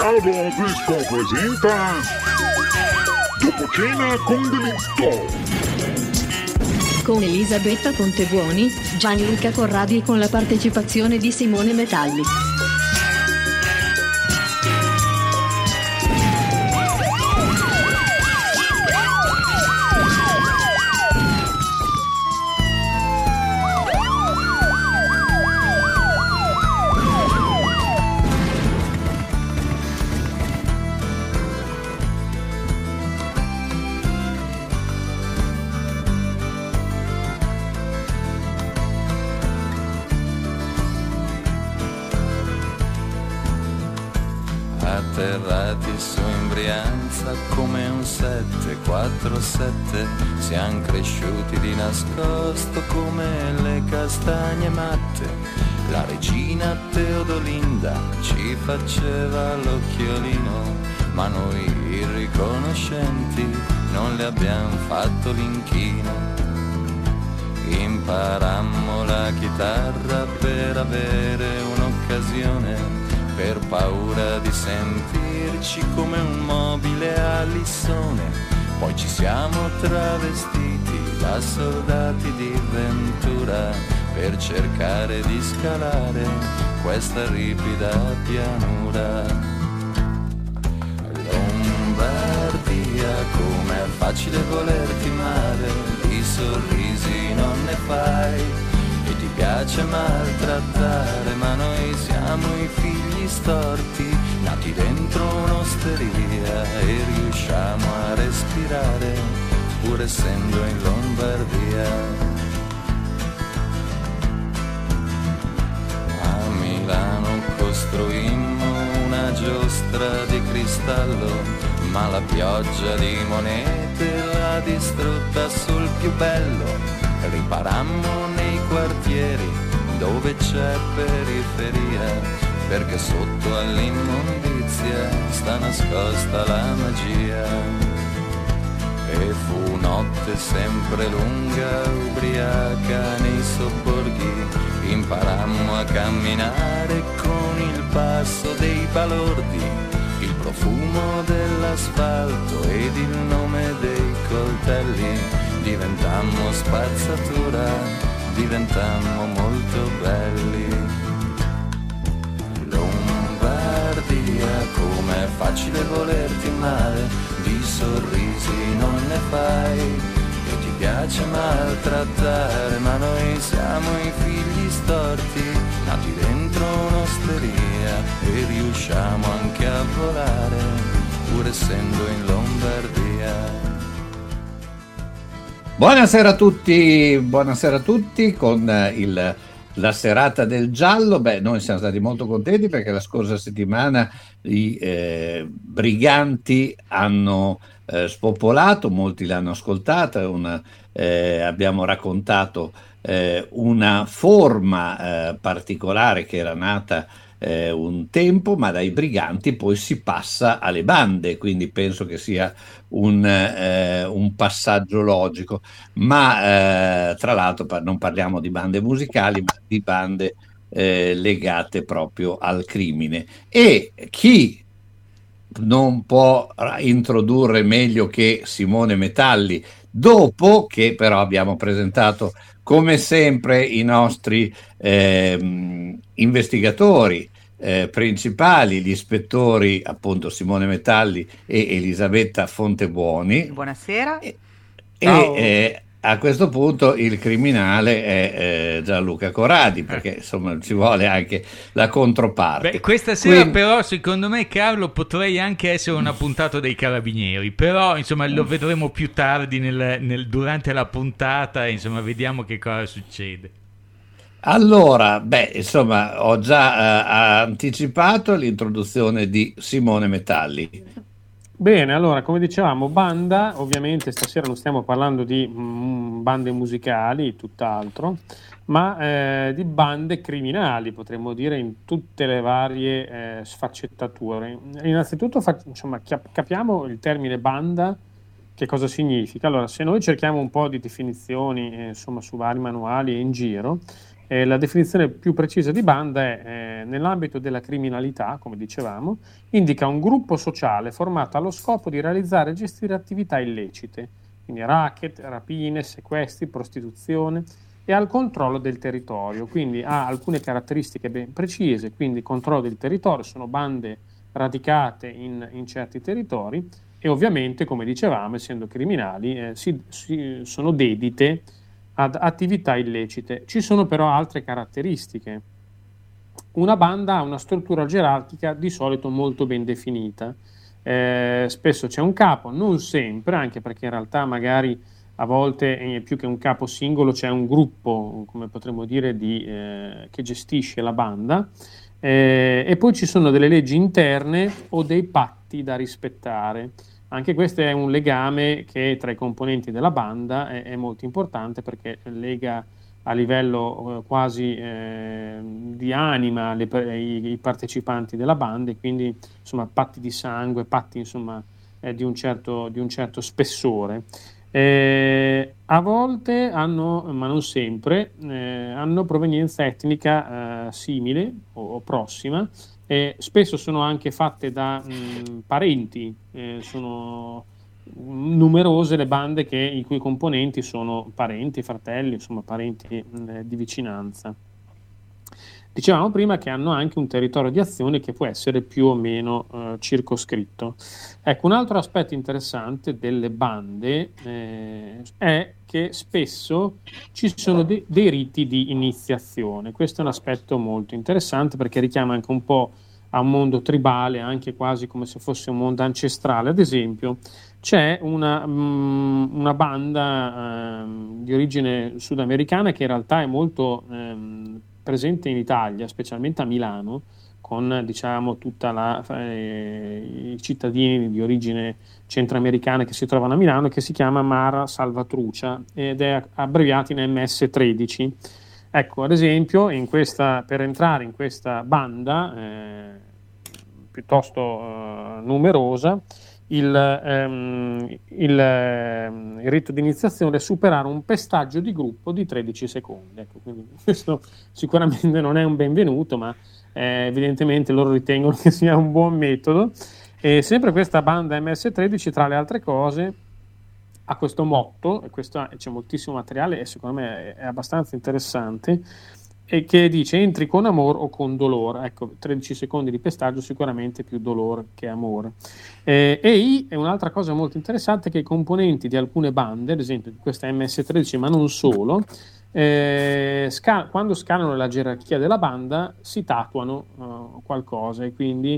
Carlo Disco presenta Dopo cena con Delitto, con Elisabetta Contebuoni, Gianluca Corradi e con la partecipazione di Simone Metalli. Atterrati su in Brianza come un 747, siamo cresciuti di nascosto come le castagne matte. La regina Teodolinda ci faceva l'occhiolino, ma noi irriconoscenti non le abbiamo fatto l'inchino. Imparammo la chitarra per avere un'occasione, per paura di sentirci come un mobile a lissone. Poi ci siamo travestiti da soldati di Ventura per cercare di scalare questa ripida pianura. Lombardia, com'è facile volerti male, di sorrisi non ne fai e ti piace maltrattare, ma noi siamo i figli storti, nati dentro un'osteria e riusciamo a respirare, pur essendo in Lombardia. A Milano costruimmo una giostra di cristallo, ma la pioggia di monete l'ha distrutta sul più bello. Riparammo nei quartieri dove c'è periferia, perché sotto all'immondizia sta nascosta la magia. E fu notte sempre lunga, ubriaca nei sobborghi, imparammo a camminare con il passo dei balordi, il profumo dell'asfalto ed il nome dei coltelli. Diventammo spazzatura, diventammo molto belli. Lombardia, com'è facile volerti male, di sorrisi non ne fai e ti piace maltrattare, ma noi siamo i figli storti, nati dentro un'osteria e riusciamo anche a volare, pur essendo in Lombardia. Buonasera a tutti con la serata del giallo. Noi siamo stati molto contenti perché la scorsa settimana i Briganti hanno spopolato, molti l'hanno ascoltata, abbiamo raccontato una forma particolare che era nata un tempo, ma dai Briganti poi si passa alle bande, quindi penso che sia un passaggio logico, ma tra l'altro non parliamo di bande musicali, ma di bande legate proprio al crimine. E chi non può introdurre meglio che Simone Metalli, dopo che però abbiamo presentato come sempre i nostri investigatori principali, gli ispettori appunto Simone Metalli e Elisabetta Contebuoni. Buonasera. E a questo punto il criminale è Gianluca Corradi, perché insomma ci vuole anche la controparte. Questa sera però secondo me, Carlo, potrei anche essere una puntata dei Carabinieri, però insomma lo vedremo più tardi durante la puntata, insomma vediamo che cosa succede. Allora, insomma, ho già anticipato l'introduzione di Simone Metalli. Bene, allora, come dicevamo, banda, ovviamente stasera non stiamo parlando di bande musicali, tutt'altro, ma di bande criminali, potremmo dire, in tutte le varie sfaccettature. Innanzitutto, capiamo il termine banda, che cosa significa. Allora, se noi cerchiamo un po' di definizioni, su vari manuali e in giro, la definizione più precisa di banda è nell'ambito della criminalità, come dicevamo, indica un gruppo sociale formato allo scopo di realizzare e gestire attività illecite, quindi racket, rapine, sequestri, prostituzione, e al controllo del territorio, quindi ha alcune caratteristiche ben precise, quindi controllo del territorio, sono bande radicate in certi territori e ovviamente, come dicevamo, essendo criminali, sono dedite ad attività illecite. Ci sono però altre caratteristiche. Una banda ha una struttura gerarchica di solito molto ben definita, spesso c'è un capo, non sempre, anche perché in realtà magari a volte più che un capo singolo c'è un gruppo, come potremmo dire, che gestisce la banda, e poi ci sono delle leggi interne o dei patti da rispettare. Anche questo è un legame che tra i componenti della banda è molto importante, perché lega a livello quasi di anima i partecipanti della banda, e quindi insomma patti di sangue, patti insomma di un certo spessore. A volte hanno, ma non sempre, hanno provenienza etnica simile o prossima, e spesso sono anche fatte da parenti, sono numerose le bande i cui componenti sono parenti, fratelli, insomma parenti di vicinanza. Dicevamo prima che hanno anche un territorio di azione che può essere più o meno circoscritto. Ecco, un altro aspetto interessante delle bande è che spesso ci sono dei riti di iniziazione. Questo è un aspetto molto interessante, perché richiama anche un po' a un mondo tribale, anche quasi come se fosse un mondo ancestrale. Ad esempio, c'è una banda di origine sudamericana che in realtà è molto presente in Italia, specialmente a Milano, con diciamo tutta i cittadini di origine centroamericana che si trovano a Milano, che si chiama Mara Salvatrucha ed è abbreviata in MS-13. Ecco, ad esempio, per entrare in questa banda piuttosto numerosa, il rito di iniziazione è superare un pestaggio di gruppo di 13 secondi. Ecco, quindi questo sicuramente non è un benvenuto, ma evidentemente loro ritengono che sia un buon metodo. E sempre questa banda MS-13, tra le altre cose, ha questo motto, e c'è moltissimo materiale e secondo me è abbastanza interessante, e che dice: entri con amore o con dolore. Ecco, 13 secondi di pestaggio, sicuramente più dolore che amore. È un'altra cosa molto interessante, che i componenti di alcune bande, ad esempio di questa MS-13, ma non solo, quando scalano la gerarchia della banda si tatuano qualcosa, e quindi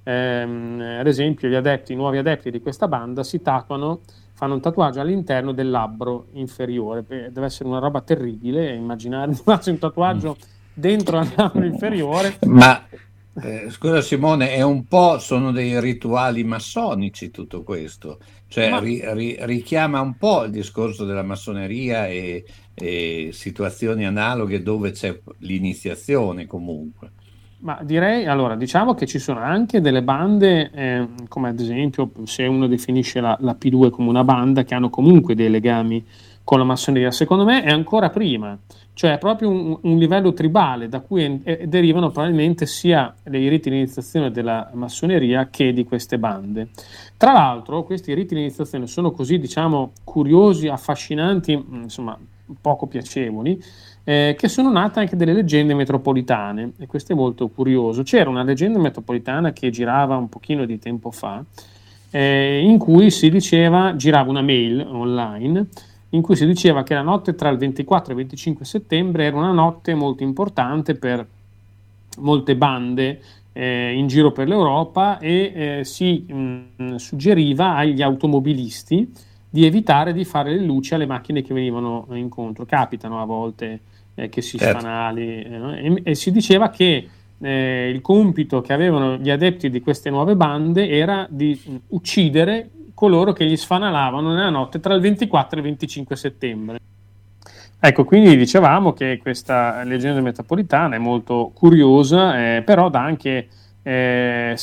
ad esempio i nuovi adepti di questa banda fanno un tatuaggio all'interno del labbro inferiore. Deve essere una roba terribile immaginare di farsi un tatuaggio dentro al labbro inferiore. Ma scusa Simone, è un po', sono dei rituali massonici tutto questo, cioè richiama un po' il discorso della massoneria e situazioni analoghe dove c'è l'iniziazione comunque. Ma direi, allora, diciamo che ci sono anche delle bande, come ad esempio, se uno definisce la P2 come una banda, che hanno comunque dei legami con la massoneria. Secondo me è ancora prima, cioè è proprio un livello tribale, da cui derivano probabilmente sia dei riti di iniziazione della massoneria che di queste bande. Tra l'altro, questi riti di iniziazione sono così, diciamo, curiosi, affascinanti, insomma, poco piacevoli, che sono nate anche delle leggende metropolitane, e questo è molto curioso. C'era una leggenda metropolitana che girava un pochino di tempo fa, in cui girava una mail online, in cui si diceva che la notte tra il 24 e il 25 settembre era una notte molto importante per molte bande in giro per l'Europa, e si suggeriva agli automobilisti di evitare di fare le luci alle macchine che venivano incontro. Capitano a volte che si sfanali, e si diceva che il compito che avevano gli adepti di queste nuove bande era di uccidere coloro che gli sfanalavano nella notte tra il 24 e il 25 settembre. Ecco, quindi dicevamo che questa leggenda metropolitana è molto curiosa, però dà anche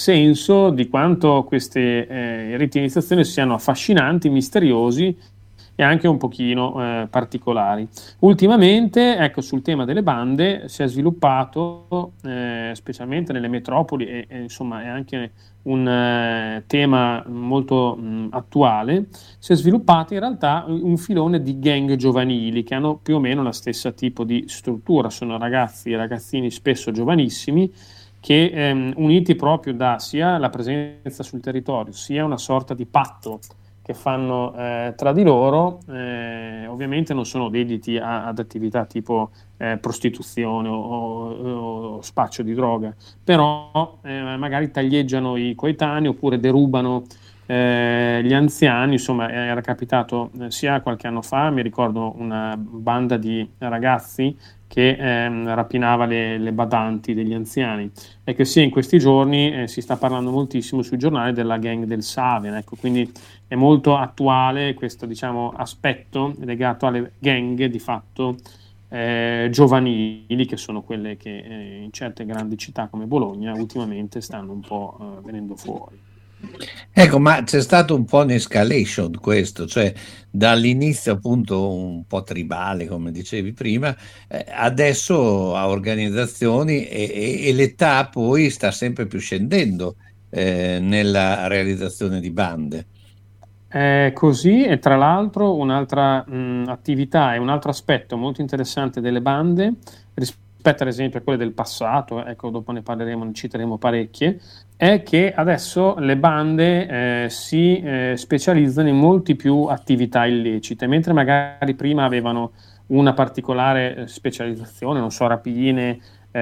senso di quanto questi riti di iniziazione siano affascinanti, misteriosi, e anche un pochino particolari. Ultimamente, ecco, sul tema delle bande si è sviluppato, specialmente nelle metropoli, e insomma è anche un tema molto attuale, si è sviluppato in realtà un filone di gang giovanili che hanno più o meno la stessa tipo di struttura, sono ragazzi e ragazzini spesso giovanissimi che uniti proprio da sia la presenza sul territorio sia una sorta di patto che fanno tra di loro, ovviamente non sono dediti ad attività tipo prostituzione o spaccio di droga, però magari taglieggiano i coetanei oppure derubano gli anziani. Insomma, era capitato sia qualche anno fa, mi ricordo una banda di ragazzi che rapinava le badanti degli anziani, e che sia in questi giorni si sta parlando moltissimo sui giornali della gang del Savian, ecco, quindi è molto attuale questo, diciamo, aspetto legato alle gang di fatto giovanili, che sono quelle che in certe grandi città come Bologna ultimamente stanno un po' venendo fuori. Ecco, ma c'è stato un po' un'escalation questo, cioè dall'inizio appunto un po' tribale, come dicevi prima, adesso a organizzazioni e l'età poi sta sempre più scendendo nella realizzazione di bande. Così, e tra l'altro un'altra attività e un altro aspetto molto interessante delle bande rispetto ad esempio a quelle del passato, ecco, dopo ne parleremo, ne citeremo parecchie, è che adesso le bande si specializzano in molti più attività illecite, mentre magari prima avevano una particolare specializzazione, non so, rapine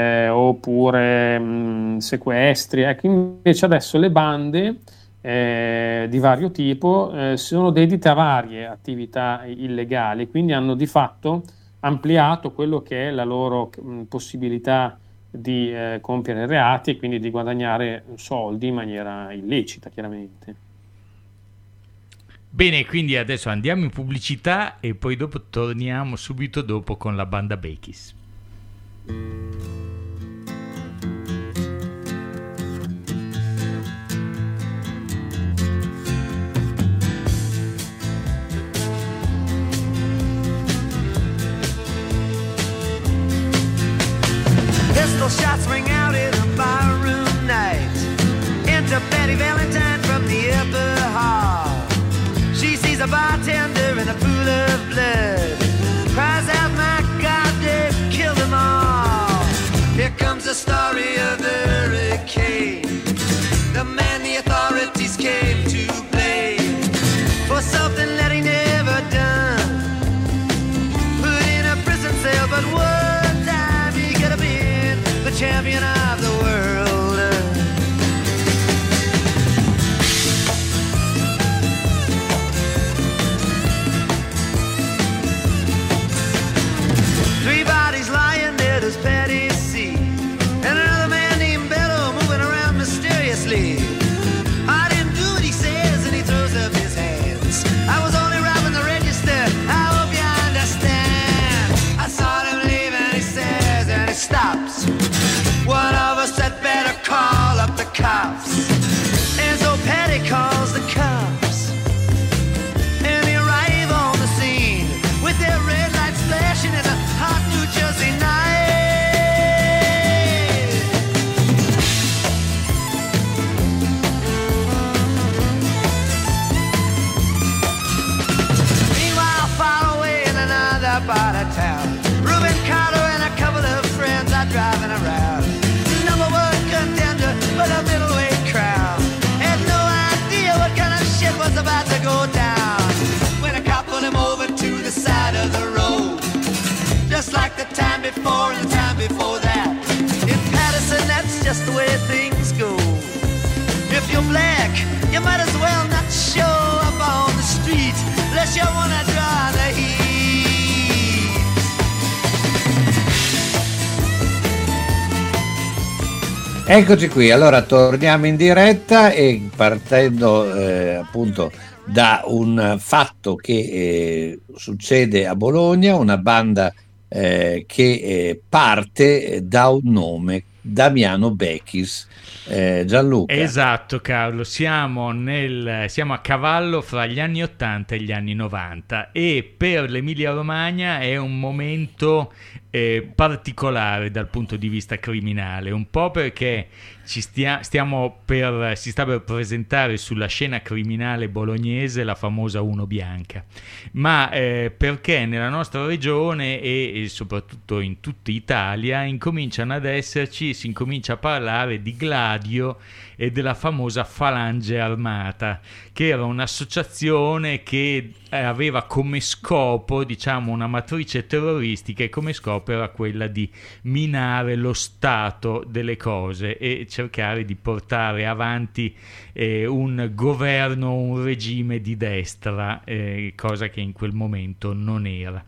oppure sequestri, ecco, invece adesso le bande di vario tipo sono dedite a varie attività illegali, quindi hanno di fatto ampliato quello che è la loro possibilità di compiere reati e quindi di guadagnare soldi in maniera illecita, chiaramente. Bene, quindi adesso andiamo in pubblicità e poi dopo torniamo subito dopo con la banda Bekis. Pistol shots ring out in a barroom night. Enter Betty Valentine from the upper hall. She sees a bartender in a pool of blood. Cries out, my God, they've killed them all. Here comes the story of the hurricane. The man the authorities came to blame for something that he never done. Put in a prison cell, but one time he could have been the champion of the world. Three bodies lying there, does Patty see? And another man named Bello moving around mysteriously. I didn't do what he says, and he throws up his hands. I was only robbing the register, I hope you understand. I saw him leave and he says, and he stops. One of us had better call up the cops. And so Patty calls the cops. And they arrive on the scene with their red lights flashing in a hot New Jersey night. Meanwhile, far away in another part of town, Reuben Carter and a couple of friends are driving around. Number one contender for the middleweight crown. Had no idea what kind of shit was about to go down when a cop put him over to the side of the road. Just like the time before and the time before that. In Patterson, that's just the way things go. If you're black, you might as well not show up on the street unless you wanna draw the heat. Eccoci qui, allora torniamo in diretta e partendo appunto da un fatto che succede a Bologna, una banda che parte da un nome. Damiano Bechis. Gianluca. Esatto, Carlo, siamo a cavallo fra gli anni 80 e gli anni 90 e per l'Emilia Romagna è un momento particolare dal punto di vista criminale, un po' perché si sta per presentare sulla scena criminale bolognese la famosa Uno Bianca, ma perché nella nostra regione e soprattutto in tutta Italia si incomincia a parlare di Gladio e della famosa Falange Armata, che era un'associazione che aveva come scopo, diciamo, una matrice terroristica, e come scopo era quella di minare lo stato delle cose e cercare di portare avanti un governo, un regime di destra, cosa che in quel momento non era.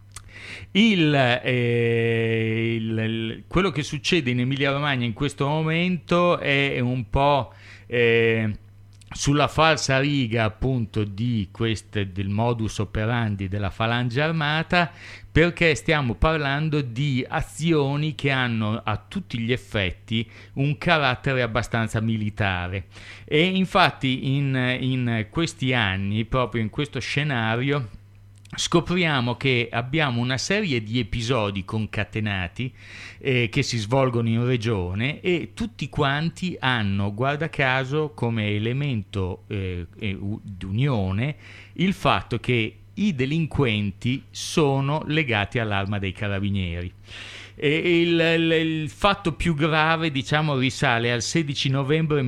Quello che succede in Emilia Romagna in questo momento è un po' sulla falsa riga appunto del modus operandi della Falange Armata, perché stiamo parlando di azioni che hanno a tutti gli effetti un carattere abbastanza militare, e infatti in questi anni, proprio in questo scenario, scopriamo che abbiamo una serie di episodi concatenati che si svolgono in regione, e tutti quanti hanno, guarda caso, come elemento d'unione il fatto che i delinquenti sono legati all'Arma dei Carabinieri. E il fatto più grave, diciamo, risale al 16 novembre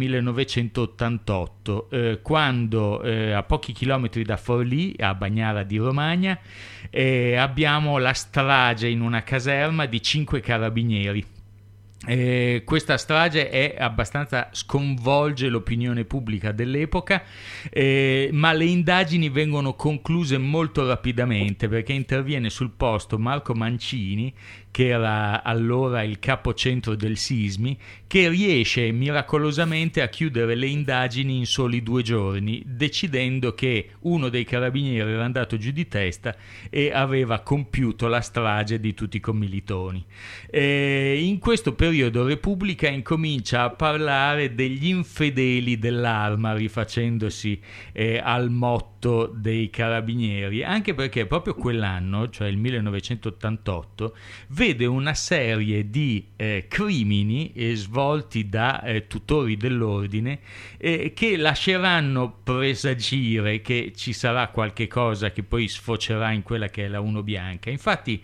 1988, quando a pochi chilometri da Forlì, a Bagnara di Romagna, abbiamo la strage in una caserma di 5 carabinieri. Questa strage sconvolge l'opinione pubblica dell'epoca, ma le indagini vengono concluse molto rapidamente, perché interviene sul posto Marco Mancini, che era allora il capocentro del Sismi, che riesce miracolosamente a chiudere le indagini in soli 2 giorni, decidendo che uno dei carabinieri era andato giù di testa e aveva compiuto la strage di tutti i commilitoni. In questo periodo Repubblica incomincia a parlare degli infedeli dell'arma, rifacendosi al motto dei carabinieri, anche perché proprio quell'anno, cioè il 1988, vede una serie di crimini svolti da tutori dell'ordine che lasceranno presagire che ci sarà qualche cosa che poi sfocerà in quella che è la Uno Bianca. Infatti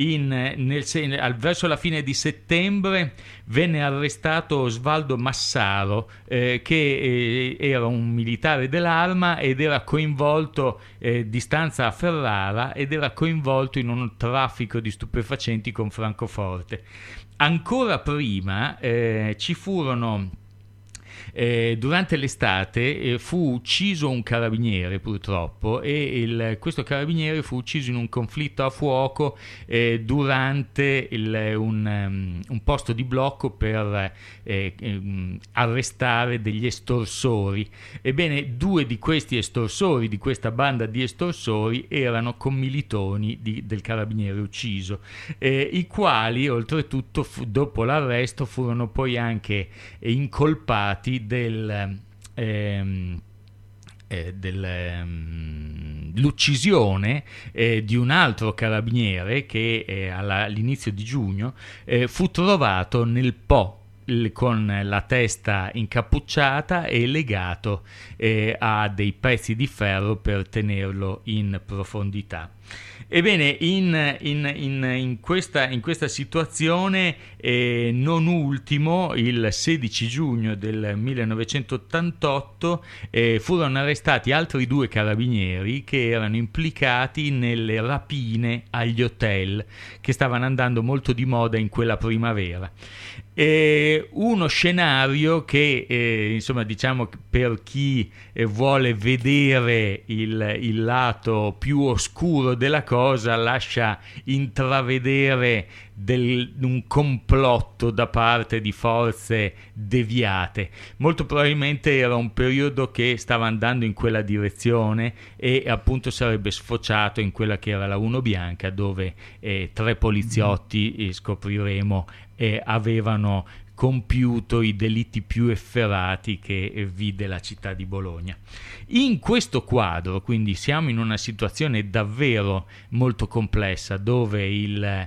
verso la fine di settembre venne arrestato Osvaldo Massaro, che era un militare dell'Arma ed era coinvolto di stanza a Ferrara, ed era coinvolto in un traffico di stupefacenti con Francoforte. Ancora prima ci furono durante l'estate fu ucciso un carabiniere, purtroppo, e questo carabiniere fu ucciso in un conflitto a fuoco durante un posto di blocco per arrestare degli estorsori. Ebbene, 2 di questi estorsori, di questa banda di estorsori, erano commilitoni del carabiniere ucciso, i quali oltretutto dopo l'arresto furono poi anche incolpati dell'uccisione di un altro carabiniere che all'inizio di giugno fu trovato nel Po con la testa incappucciata e legato a dei pezzi di ferro per tenerlo in profondità. Ebbene, in questa situazione, non ultimo, il 16 giugno del 1988 furono arrestati altri 2 carabinieri che erano implicati nelle rapine agli hotel che stavano andando molto di moda in quella primavera. Uno scenario che insomma, diciamo, per chi vuole vedere il lato più oscuro della cosa, lascia intravedere un complotto da parte di forze deviate. Molto probabilmente era un periodo che stava andando in quella direzione e appunto sarebbe sfociato in quella che era la Uno Bianca, dove 3 poliziotti, scopriremo, avevano compiuto i delitti più efferati che vide la città di Bologna. In questo quadro, quindi, siamo in una situazione davvero molto complessa, dove il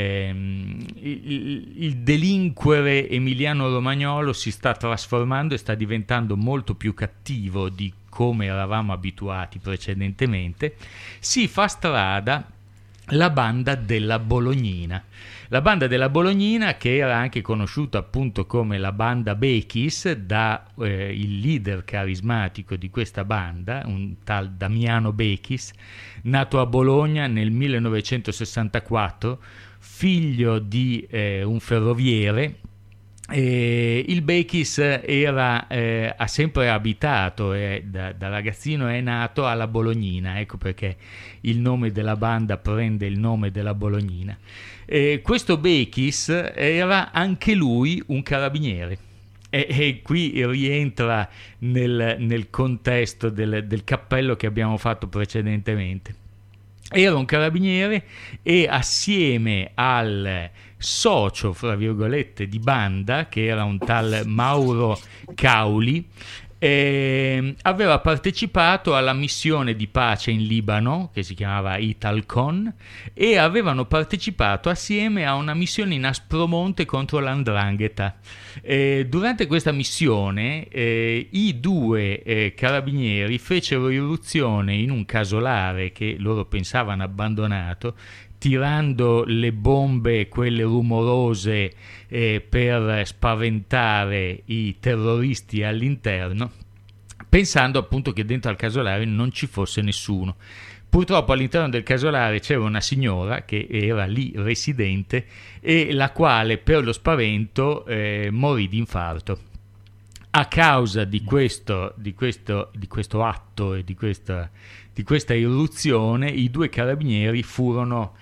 delinquere Emiliano Romagnolo si sta trasformando e sta diventando molto più cattivo di come eravamo abituati precedentemente. Si fa strada la banda della Bolognina. La banda della Bolognina, che era anche conosciuta appunto come la banda Bechis da il leader carismatico di questa banda, un tal Damiano Bechis, nato a Bologna nel 1964, figlio di un ferroviere. Il Bechis ha sempre abitato, da ragazzino è nato alla Bolognina, ecco perché il nome della banda prende il nome della Bolognina. Questo Bechis era anche lui un carabiniere, e qui rientra nel contesto del cappello che abbiamo fatto precedentemente. Era un carabiniere e assieme al socio, fra virgolette, di banda, che era un tal Mauro Cauli, aveva partecipato alla missione di pace in Libano che si chiamava Italcon, e avevano partecipato assieme a una missione in Aspromonte contro l''ndrangheta. Durante questa missione i due carabinieri fecero irruzione in un casolare che loro pensavano abbandonato, tirando le bombe, quelle rumorose, per spaventare i terroristi all'interno, pensando appunto che dentro al casolare non ci fosse nessuno. Purtroppo all'interno del casolare c'era una signora che era lì residente e la quale per lo spavento morì di infarto. A causa di questo atto e di questa irruzione, i due carabinieri furono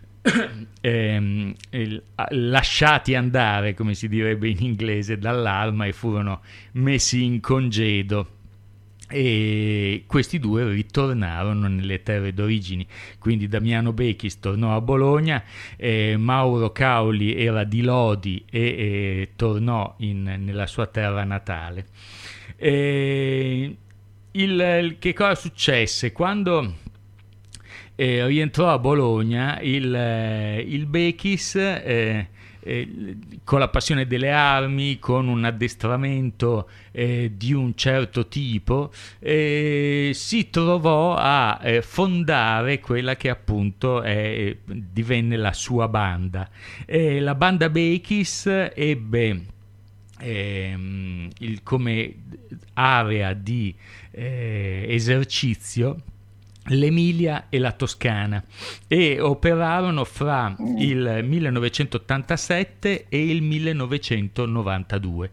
lasciati andare, come si direbbe in inglese, dall'arma, e furono messi in congedo. E questi due ritornarono nelle terre d'origine, quindi Damiano Bechis tornò a Bologna, Mauro Cauli era di Lodi e tornò nella sua terra natale. Che cosa successe? Quando rientrò a Bologna, il Bechis, con la passione delle armi, con un addestramento di un certo tipo, si trovò a fondare quella che appunto divenne la sua banda. La banda Bechis ebbe come area di esercizio l'Emilia e la Toscana, e operarono fra il 1987 e il 1992.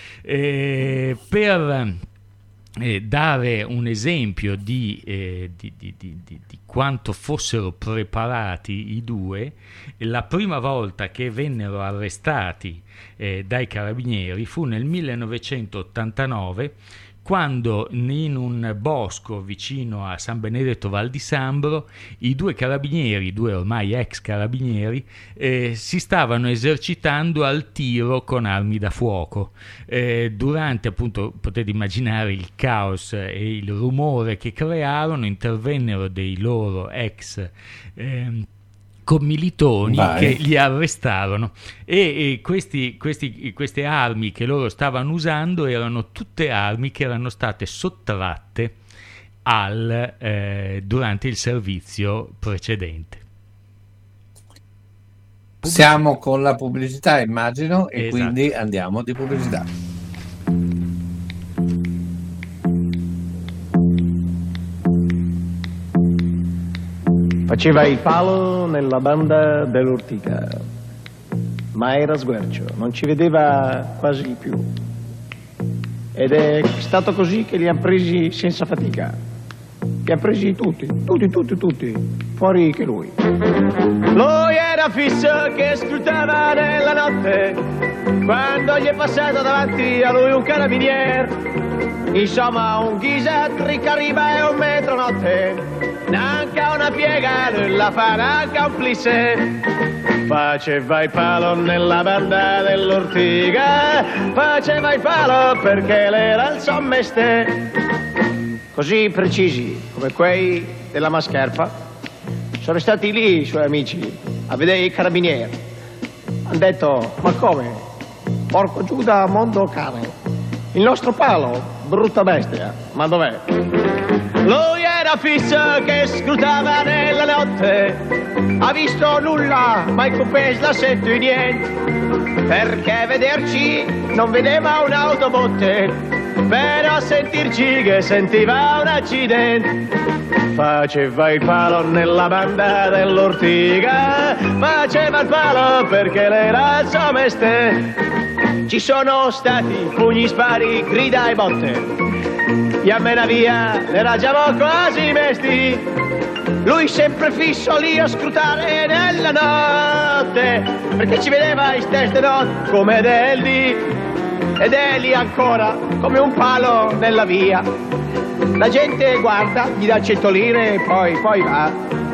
Per dare un esempio di quanto fossero preparati i due, la prima volta che vennero arrestati dai carabinieri fu nel 1989, quando in un bosco vicino a San Benedetto Val di Sambro i due carabinieri, due ormai ex carabinieri, si stavano esercitando al tiro con armi da fuoco. Durante, appunto, potete immaginare il caos e il rumore che crearono, intervennero dei loro ex commilitoni che li arrestarono, e queste armi che loro stavano usando erano tutte armi che erano state sottratte durante il servizio precedente. Siamo con la pubblicità, immagino, e esatto. Quindi andiamo di pubblicità. Faceva il palo nella banda dell'Ortica, ma era sguercio, non ci vedeva quasi più. Ed è stato così che li ha presi senza fatica. Li ha presi tutti, fuori che lui. Lui era fisso che scrutava nella notte, quando gli è passato davanti a lui un carabiniere. Insomma, un ghisatrica arriva e un metronotte. neanche una piega, non la fa neanche un plissé. Faceva il palo nella banda dell'Ortiga, faceva il palo perché l'era il suo mestiere. Così precisi come quei della Mascherfa sono stati lì i suoi amici a vedere i carabinieri. Hanno detto: ma come? Porco Giuda, mondo cane, il nostro palo, brutta bestia, ma dov'è? Lui era fisso che scrutava nella notte, ha visto nulla, ma il coupé la sento in niente, perché vederci non vedeva un'autobotte, però sentirci che sentiva un accidente. Faceva il palo nella banda dell'Ortiga, faceva il palo perché l'era il suo mestiere. Ci sono stati pugni, spari, grida e botte, e a mena via era già quasi mesti. Lui sempre fisso lì a scrutare nella notte, perché ci vedeva in stesse notte come del dì, ed è lì ancora come un palo nella via. La gente guarda, gli dà 100 lire e poi va.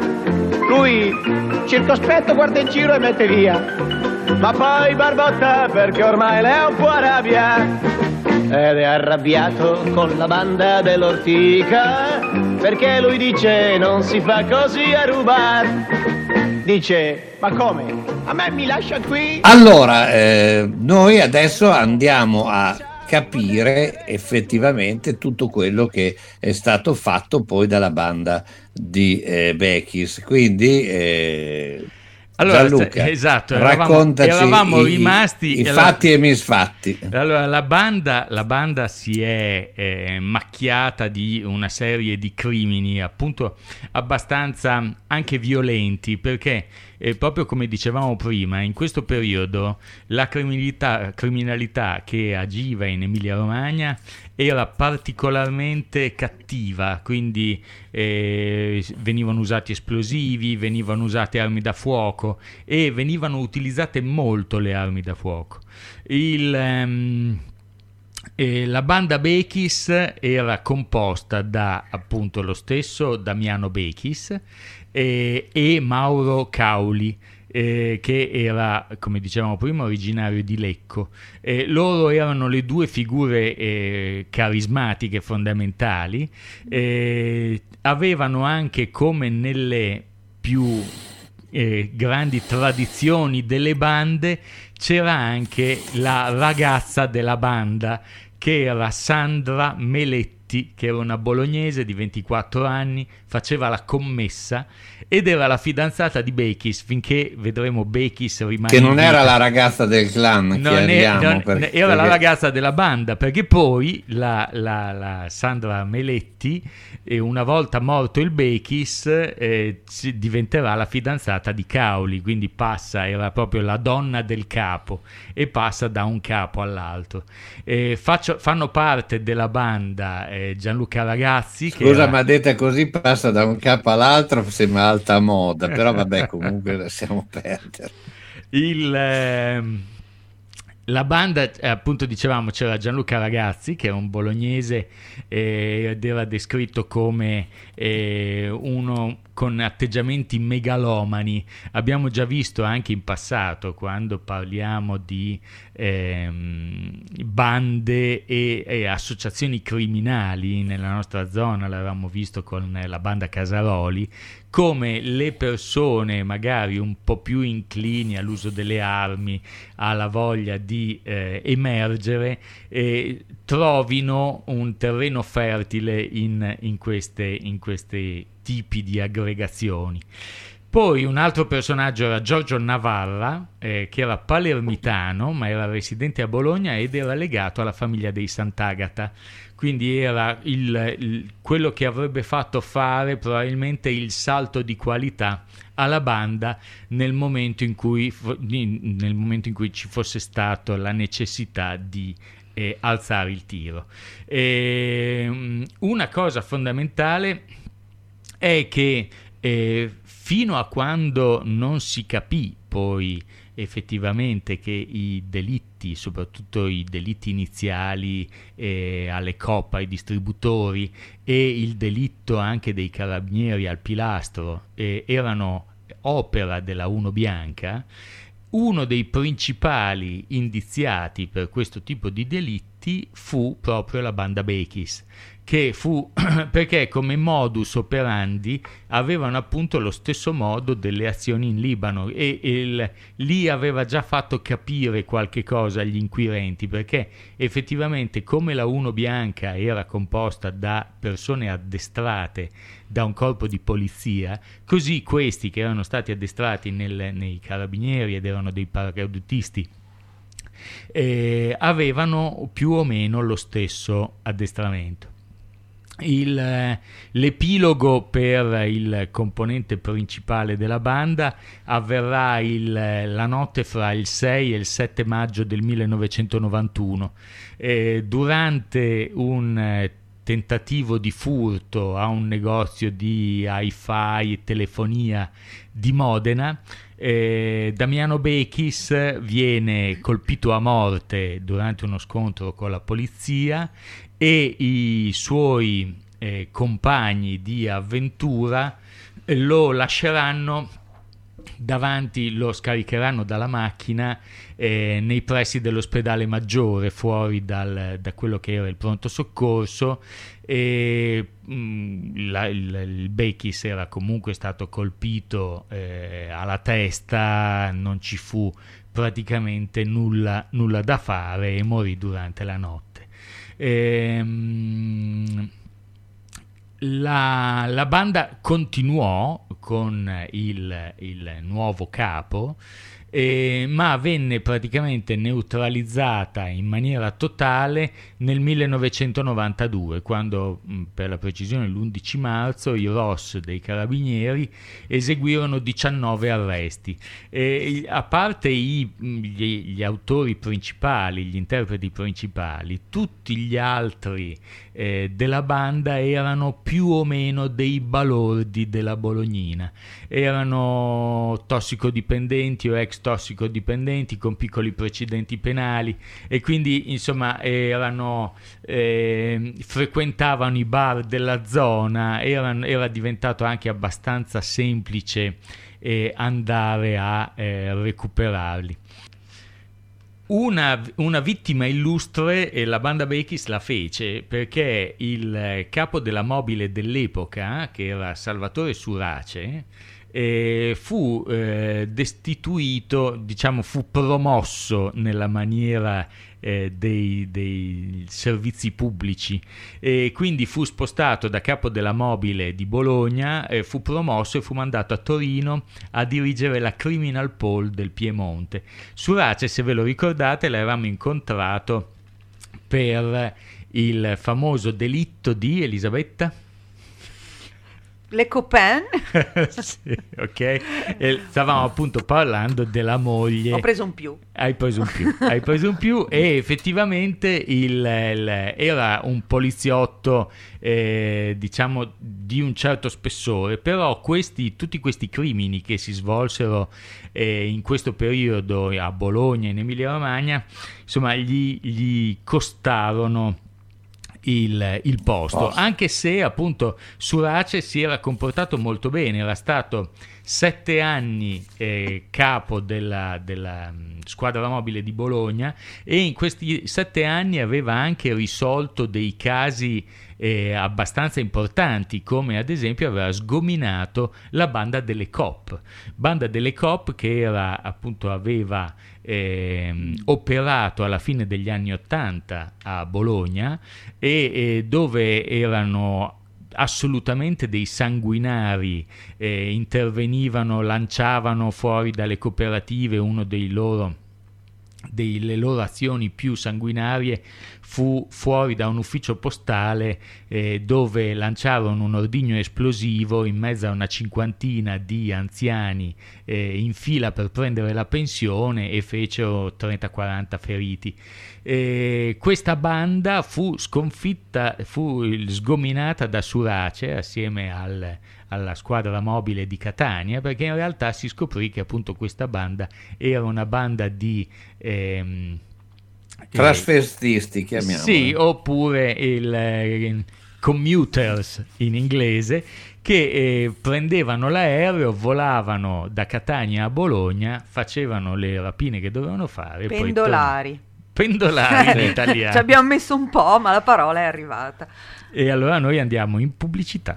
Lui circospetto guarda in giro e mette via, ma poi barbotta perché ormai lei è un po' arrabbia. Ed è arrabbiato con la banda dell'Ortica, perché lui dice non si fa così a rubare. Dice: ma come? A me mi lascia qui? Allora, noi adesso andiamo a capire effettivamente tutto quello che è stato fatto poi dalla banda di Bechis. Quindi allora, Gianluca, esatto, raccontaci eravamo rimasti i fatti e misfatti. Allora, la banda si è macchiata di una serie di crimini, appunto abbastanza anche violenti, perché proprio come dicevamo prima, in questo periodo la criminalità che agiva in Emilia-Romagna era particolarmente cattiva, quindi venivano usati esplosivi, venivano usate armi da fuoco e venivano utilizzate molto le armi da fuoco. La banda Bechis era composta da appunto lo stesso Damiano Bechis e Mauro Cauli, che era, come dicevamo prima, originario di Lecco. Loro erano le due figure carismatiche fondamentali. Avevano anche, come nelle più grandi tradizioni delle bande, c'era anche la ragazza della banda, che era Sandra Meletti, che era una bolognese di 24 anni, faceva la commessa ed era la fidanzata di Bechis, finché vedremo Bechis rimane che non era la ragazza del clan, era la ragazza della banda, perché poi la Sandra Meletti, una volta morto il Bechis, diventerà la fidanzata di Cauli, quindi era proprio la donna del capo e passa da un capo all'altro. Fanno parte della banda Gianluca Ragazzi, scusa, ma detta così passa da un capo all'altro, sembra alta moda, però vabbè, comunque lasciamo perdere. La banda, appunto dicevamo, c'era Gianluca Ragazzi, che è un bolognese ed era descritto come uno con atteggiamenti megalomani. Abbiamo già visto anche in passato, quando parliamo di bande e associazioni criminali nella nostra zona, l'avevamo visto con la banda Casaroli, come le persone magari un po' più inclini all'uso delle armi, alla voglia di emergere, trovino un terreno fertile in questi tipi di aggregazioni. Poi un altro personaggio era Giorgio Navarra, che era palermitano ma era residente a Bologna ed era legato alla famiglia dei Sant'Agata, quindi era quello che avrebbe fatto fare probabilmente il salto di qualità alla banda nel momento in cui ci fosse stato la necessità di alzare il tiro. Una cosa fondamentale è che fino a quando non si capì poi effettivamente che i delitti, soprattutto i delitti iniziali alle COP, ai distributori, e il delitto anche dei carabinieri al pilastro erano opera della Uno Bianca, uno dei principali indiziati per questo tipo di delitti fu proprio la banda Bekis, che fu perché come modus operandi avevano appunto lo stesso modo delle azioni in Libano, e lì aveva già fatto capire qualche cosa agli inquirenti, perché effettivamente come la Uno Bianca era composta da persone addestrate da un corpo di polizia, così questi che erano stati addestrati nei carabinieri ed erano dei paracadutisti avevano più o meno lo stesso addestramento. L'epilogo per il componente principale della banda avverrà la notte fra il 6 e il 7 maggio del 1991, durante un tentativo di furto a un negozio di hi-fi e telefonia di Modena. Damiano Bekis viene colpito a morte durante uno scontro con la polizia, e i suoi compagni di avventura lo lasceranno davanti, lo scaricheranno dalla macchina nei pressi dell'ospedale Maggiore, fuori da quello che era il pronto soccorso. Il Bekis era comunque stato colpito alla testa, non ci fu praticamente nulla da fare e morì durante la notte. La banda continuò con il nuovo capo, ma venne praticamente neutralizzata in maniera totale nel 1992, quando, per la precisione l'11 marzo, i ROS dei Carabinieri eseguirono 19 arresti. A parte gli autori principali, gli interpreti principali, tutti gli altri della banda erano più o meno dei balordi della Bolognina, erano tossicodipendenti o ex tossicodipendenti con piccoli precedenti penali, e quindi insomma frequentavano i bar della zona, era diventato anche abbastanza semplice andare a recuperarli. Una vittima illustre la banda Bekis la fece perché il capo della mobile dell'epoca, che era Salvatore Surace, fu destituito, diciamo fu promosso nella maniera dei servizi pubblici, e quindi fu spostato da capo della mobile di Bologna, fu promosso e fu mandato a Torino a dirigere la Criminal Pol del Piemonte. Surace, se ve lo ricordate, l'avevamo incontrato per il famoso delitto di Elisabetta? Le copain. Sì, ok. Stavamo appunto parlando della moglie. Ho preso un più. Hai preso un più e effettivamente era un poliziotto diciamo di un certo spessore, però tutti questi crimini che si svolsero in questo periodo a Bologna e in Emilia Romagna, insomma gli costarono il posto, anche se appunto Surace si era comportato molto bene, era stato 7 anni capo della squadra mobile di Bologna, e in questi 7 anni aveva anche risolto dei casi abbastanza importanti, come ad esempio aveva sgominato la banda delle COP che era appunto aveva operato alla fine degli anni 80 a Bologna, e dove erano assolutamente dei sanguinari, intervenivano, lanciavano fuori dalle cooperative. Uno delle loro azioni più sanguinarie fu fuori da un ufficio postale, dove lanciarono un ordigno esplosivo in mezzo a una cinquantina di anziani in fila per prendere la pensione, e fecero 30-40 feriti. Questa banda fu sconfitta, fu sgominata da Surace assieme alla squadra mobile di Catania, perché in realtà si scoprì che appunto questa banda era una banda di trasvestisti, chiamiamolo. Sì, oppure il commuters in inglese, che prendevano l'aereo, volavano da Catania a Bologna, facevano le rapine che dovevano fare. Pendolari. Pendolari in italiano. Ci abbiamo messo un po', ma la parola è arrivata. E allora noi andiamo in pubblicità.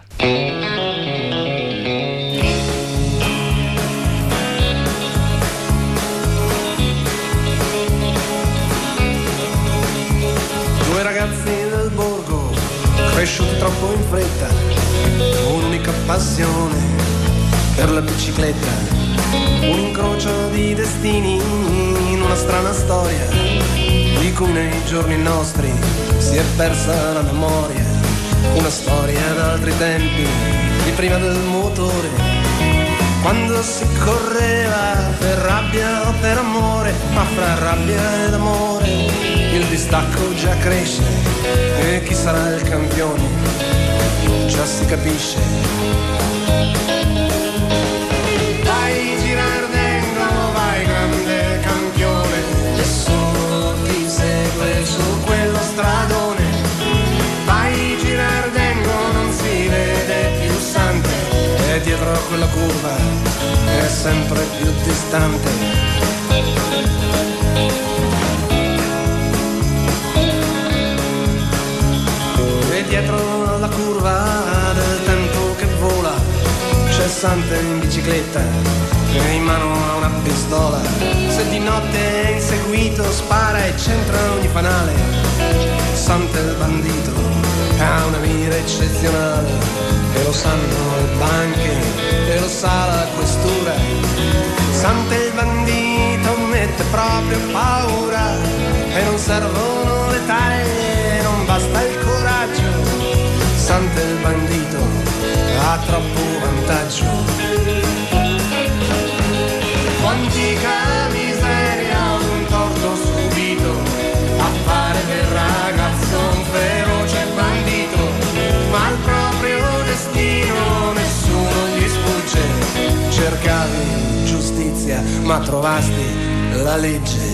Due ragazzi del borgo, cresciuti troppo in fretta, un'unica passione per la bicicletta, un incrocio di destini in una strana storia, di cui nei giorni nostri si è persa la memoria, una storia d'altri tempi, di prima del motore, quando si correva per rabbia o per amore, ma fra rabbia ed amore il distacco già cresce e chi sarà il campione già si capisce. Vai Girardengo, vai grande campione, nessuno ti segue su quello stradone. Vai Girardengo, non si vede più Sante, e dietro a quella curva è sempre più distante. Dietro la curva del tempo che vola c'è Sante in bicicletta e in mano ha una pistola. Se di notte è inseguito spara e centra ogni fanale. Sante il bandito ha una mira eccezionale e lo sanno le banche e lo sa la questura. Sante il bandito mette proprio paura e non servono le taglie, non basta il coraggio. Sante il bandito ha troppo vantaggio. Quantica miseria, un torto subito a fare del ragazzo un feroce bandito, ma al proprio destino nessuno gli sfugge. Cercavi giustizia ma trovasti la legge.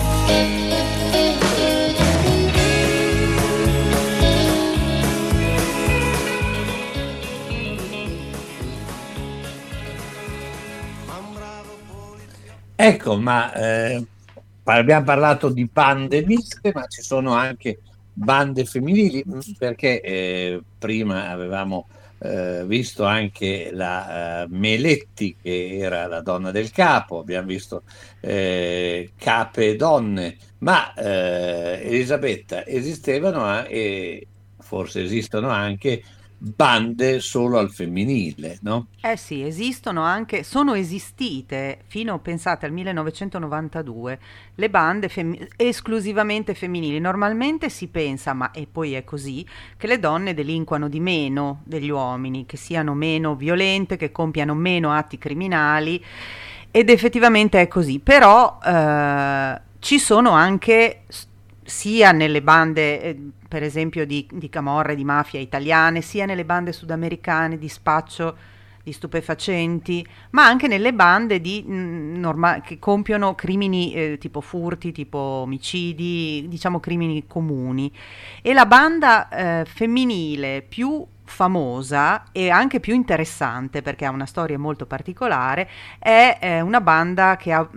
Ecco, ma abbiamo parlato di bande miste, ma ci sono anche bande femminili, perché prima avevamo visto anche la Meletti, che era la donna del capo, abbiamo visto Cape Donne, ma Elisabetta, esistevano e forse esistono anche bande solo al femminile, no? Eh sì, esistono anche, sono esistite fino, pensate, al 1992, le bande esclusivamente femminili. Normalmente si pensa, ma e poi è così, che le donne delinquano di meno degli uomini, che siano meno violente, che compiano meno atti criminali, ed effettivamente è così. Però ci sono anche, sia nelle bande per esempio di camorra e di mafia italiane, sia nelle bande sudamericane di spaccio di stupefacenti, ma anche nelle bande che compiono crimini tipo furti, tipo omicidi, diciamo crimini comuni. E la banda femminile più famosa e anche più interessante, perché ha una storia molto particolare, è una banda che ha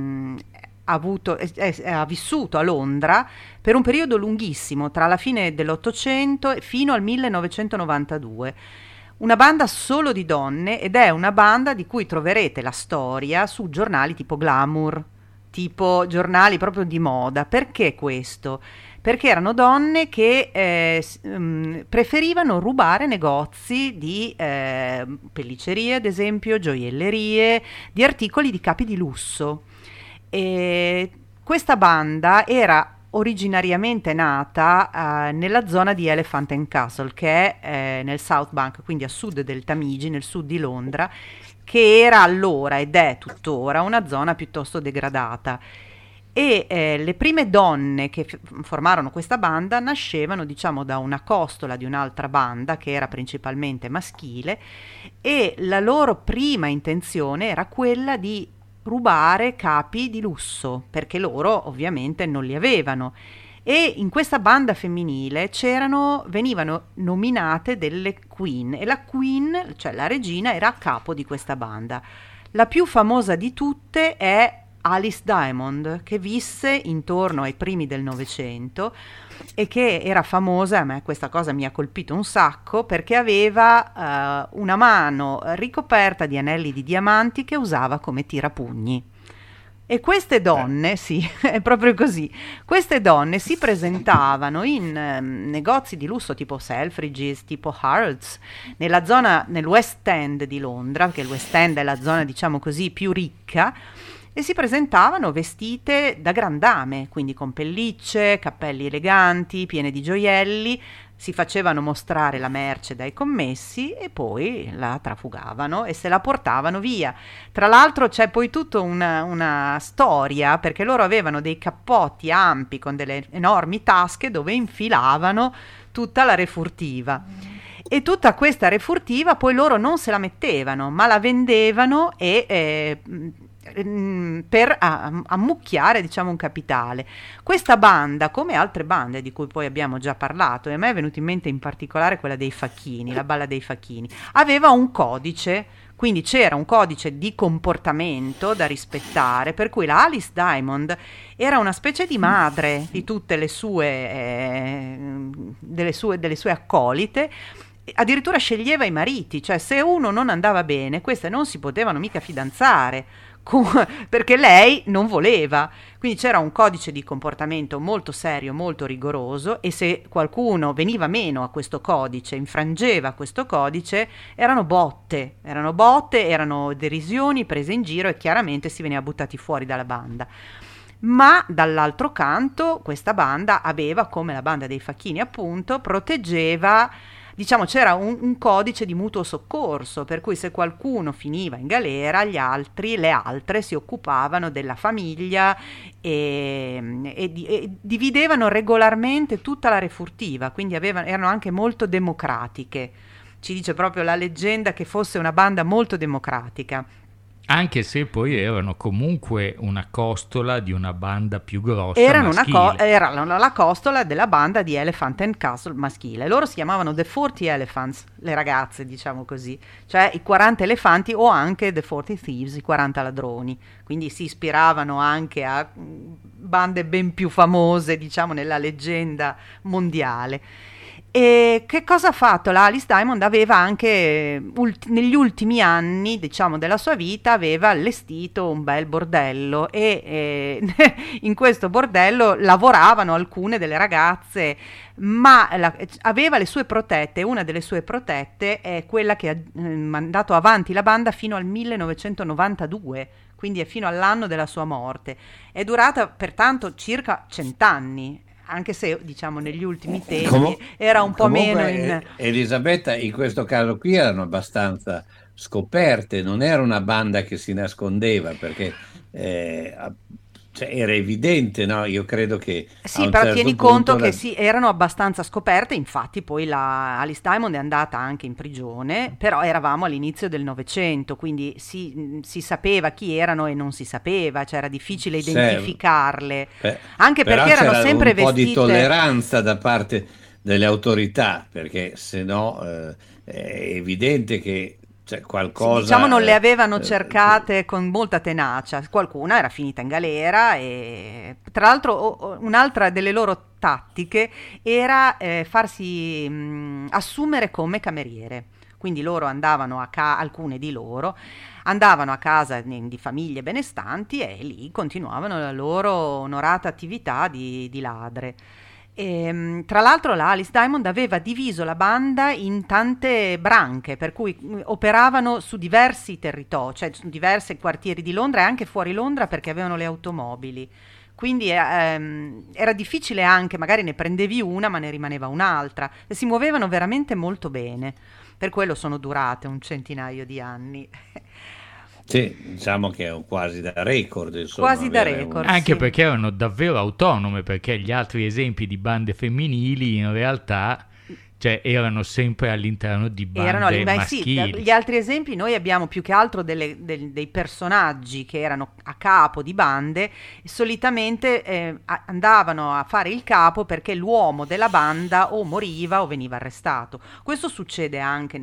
vissuto a Londra per un periodo lunghissimo, tra la fine dell'Ottocento fino al 1992. Una banda solo di donne, ed è una banda di cui troverete la storia su giornali tipo Glamour, tipo giornali proprio di moda. Perché questo? Perché erano donne che preferivano rubare negozi di pelliccerie, ad esempio, gioiellerie, di articoli di capi di lusso. E questa banda era originariamente nata nella zona di Elephant and Castle, che è nel South Bank, quindi a sud del Tamigi, nel sud di Londra, che era allora ed è tuttora una zona piuttosto degradata. e le prime donne che formarono questa banda nascevano, diciamo, da una costola di un'altra banda che era principalmente maschile, e la loro prima intenzione era quella di rubare capi di lusso, perché loro ovviamente non li avevano. E in questa banda femminile venivano nominate delle queen, e la queen, cioè la regina, era a capo di questa banda. La più famosa di tutte è Alice Diamond, che visse intorno ai primi del Novecento e che era famosa, a me questa cosa mi ha colpito un sacco, perché aveva una mano ricoperta di anelli di diamanti che usava come tirapugni. E queste donne, sì, è proprio così, queste donne si presentavano in negozi di lusso tipo Selfridges, tipo Harrods, nel West End di Londra, perché il West End è la zona, diciamo così, più ricca, e si presentavano vestite da grandame, quindi con pellicce, cappelli eleganti, piene di gioielli, si facevano mostrare la merce dai commessi e poi la trafugavano e se la portavano via. Tra l'altro c'è poi tutta una storia, perché loro avevano dei cappotti ampi con delle enormi tasche dove infilavano tutta la refurtiva. E tutta questa refurtiva poi loro non se la mettevano, ma la vendevano per ammucchiare, diciamo, un capitale. Questa banda, come altre bande di cui poi abbiamo già parlato, e a me è venuto in mente in particolare quella dei facchini, la balla dei facchini, aveva un codice, quindi c'era un codice di comportamento da rispettare, per cui la Alice Diamond era una specie di madre di tutte le delle sue accolite. Addirittura sceglieva i mariti, cioè se uno non andava bene, queste non si potevano mica fidanzare, perché lei non voleva. Quindi c'era un codice di comportamento molto serio, molto rigoroso, e se qualcuno veniva meno a questo codice, infrangeva questo codice, erano botte, erano derisioni, prese in giro, e chiaramente si veniva buttati fuori dalla banda. Ma dall'altro canto questa banda aveva, come la banda dei facchini appunto, proteggeva, diciamo, c'era un codice di mutuo soccorso, per cui se qualcuno finiva in galera, le altre si occupavano della famiglia e dividevano regolarmente tutta la refurtiva, quindi erano anche molto democratiche. Ci dice proprio la leggenda che fosse una banda molto democratica. Anche se poi erano comunque una costola di una banda più grossa, erano la costola della banda di Elephant and Castle maschile. Loro si chiamavano The 40 Elephants, le ragazze, diciamo così, cioè i 40 elefanti, o anche The 40 Thieves, i 40 ladroni. Quindi si ispiravano anche a bande ben più famose, diciamo, nella leggenda mondiale. E che cosa ha fatto? La Alice Diamond aveva anche, negli ultimi anni, diciamo, della sua vita, aveva allestito un bel bordello, e in questo bordello lavoravano alcune delle ragazze, ma aveva le sue protette. Una delle sue protette è quella che ha mandato avanti la banda fino al 1992, quindi è fino all'anno della sua morte. È durata pertanto circa 100 anni. Anche se, diciamo, negli ultimi tempi era un po' meno Elisabetta, in questo caso qui erano abbastanza scoperte, non era una banda che si nascondeva, perché era evidente, no? Io credo che sì, però tieni conto che sì, erano abbastanza scoperte. Infatti poi la Alice Diamond è andata anche in prigione, però eravamo all'inizio del Novecento, quindi si sapeva chi erano e non si sapeva, cioè era difficile identificarle, anche perché erano sempre vestite. Un po' di tolleranza da parte delle autorità, perché se no è evidente che qualcosa, diciamo, non le avevano cercate con molta tenacia. Qualcuna era finita in galera, e tra l'altro un'altra delle loro tattiche era farsi assumere come cameriere. Quindi loro andavano alcune di loro andavano a casa di famiglie benestanti e lì continuavano la loro onorata attività di ladre. Tra l'altro la Alice Diamond aveva diviso la banda in tante branche, per cui operavano su diversi territori, cioè su diversi quartieri di Londra e anche fuori Londra, perché avevano le automobili. Quindi era difficile anche, magari ne prendevi una ma ne rimaneva un'altra, e si muovevano veramente molto bene, per quello sono durate un centinaio di anni. Sì, diciamo che è quasi da record, insomma, Quasi da record, Anche sì. perché erano davvero autonome, perché gli altri esempi di bande femminili in realtà, cioè, erano sempre all'interno di bande maschili. Sì, gli altri esempi, noi abbiamo più che altro dei personaggi che erano a capo di bande e solitamente andavano a fare il capo perché l'uomo della banda o moriva o veniva arrestato. Questo succede anche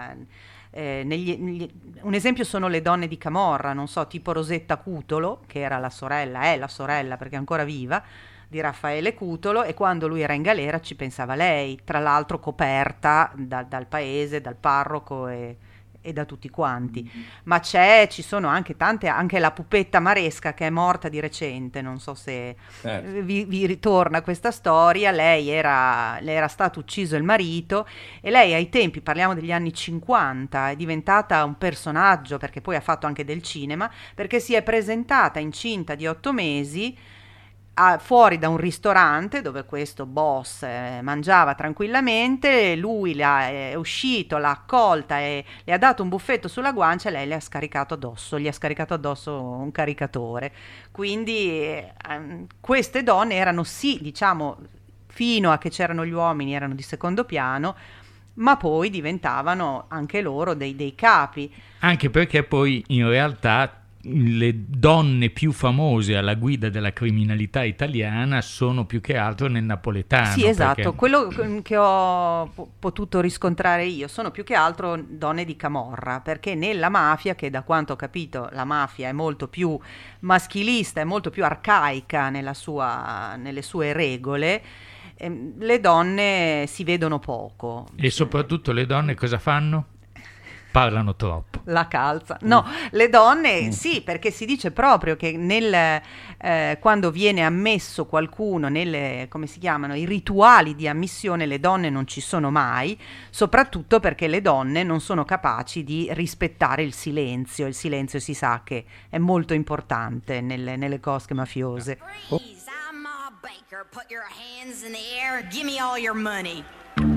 un esempio sono le donne di Camorra, non so, tipo Rosetta Cutolo, che era la sorella perché è ancora viva, di Raffaele Cutolo, e quando lui era in galera ci pensava lei, tra l'altro coperta dal paese, dal parroco e da tutti quanti. Ma ci sono anche tante, anche la pupetta Maresca che è morta di recente, non so se vi ritorna questa storia. Le era stato ucciso il marito e lei ai tempi, parliamo degli anni 50, è diventata un personaggio perché poi ha fatto anche del cinema, perché si è presentata incinta di 8 mesi fuori da un ristorante dove questo boss mangiava tranquillamente. Lui è uscito, l'ha accolta e le ha dato un buffetto sulla guancia e lei gli ha scaricato addosso un caricatore. Quindi queste donne erano, sì, diciamo, fino a che c'erano gli uomini erano di secondo piano, ma poi diventavano anche loro dei capi. Anche perché poi in realtà le donne più famose alla guida della criminalità italiana sono più che altro nel napoletano. Sì, esatto, perché... quello che ho potuto riscontrare io sono più che altro donne di Camorra, perché nella mafia, che da quanto ho capito la mafia è molto più maschilista, è molto più arcaica nelle sue regole, le donne si vedono poco. E soprattutto le donne cosa fanno? Parlano troppo. La calza. No, le donne sì, perché si dice proprio che quando viene ammesso qualcuno come si chiamano, i rituali di ammissione, le donne non ci sono mai, soprattutto perché le donne non sono capaci di rispettare il silenzio. Il silenzio si sa che è molto importante nelle cosche mafiose. Freeze, I'm Ma Baker. Put your hands in the air. Give me all your money.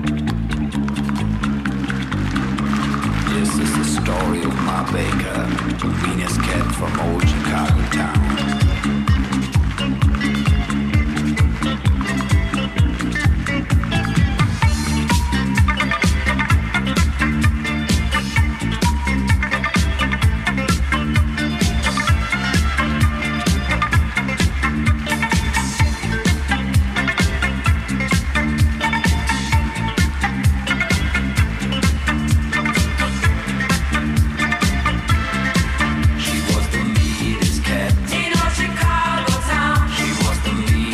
This is the story of Ma Baker, the meanest cat from old Chicago town. She was the meanest cat.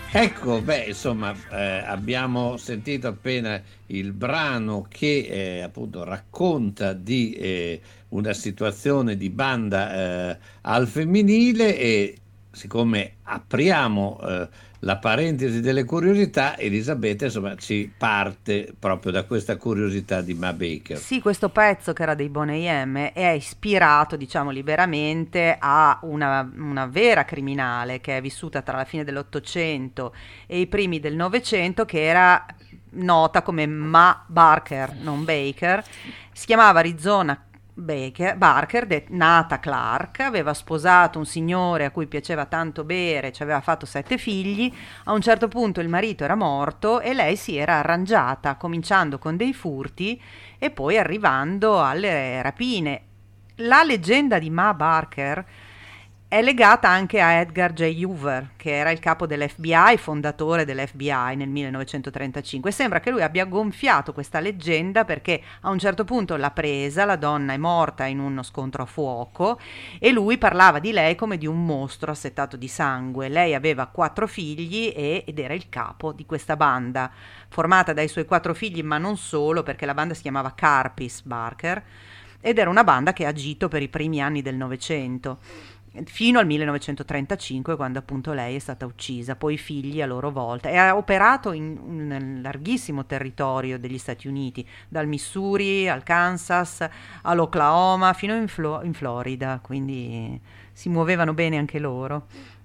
Ecco, insomma, abbiamo sentito appena il brano che appunto racconta di una situazione di banda al femminile, e siccome apriamo la parentesi delle curiosità, Elisabetta insomma ci parte proprio da questa curiosità di Ma Baker. Sì, questo pezzo che era dei Boney M è ispirato, diciamo liberamente, a una vera criminale che è vissuta tra la fine dell'Ottocento e i primi del Novecento, che era nota come Ma Barker, non Baker. Si chiamava Arizona Barker, nata Clark, aveva sposato un signore a cui piaceva tanto bere, ci aveva fatto 7 figli. A un certo punto il marito era morto e lei si era arrangiata, cominciando con dei furti e poi arrivando alle rapine. La leggenda di Ma Barker è legata anche a Edgar J. Hoover, che era il capo dell'FBI, fondatore dell'FBI nel 1935. Sembra che lui abbia gonfiato questa leggenda perché a un certo punto l'ha presa, la donna è morta in uno scontro a fuoco e lui parlava di lei come di un mostro assettato di sangue. Lei aveva 4 figli ed era il capo di questa banda, formata dai suoi 4 figli, ma non solo, perché la banda si chiamava Carpis Barker ed era una banda che ha agito per i primi anni del Novecento, fino al 1935, quando appunto lei è stata uccisa, poi i figli a loro volta, e ha operato in un larghissimo territorio degli Stati Uniti, dal Missouri al Kansas all'Oklahoma fino in Florida, quindi si muovevano bene anche loro.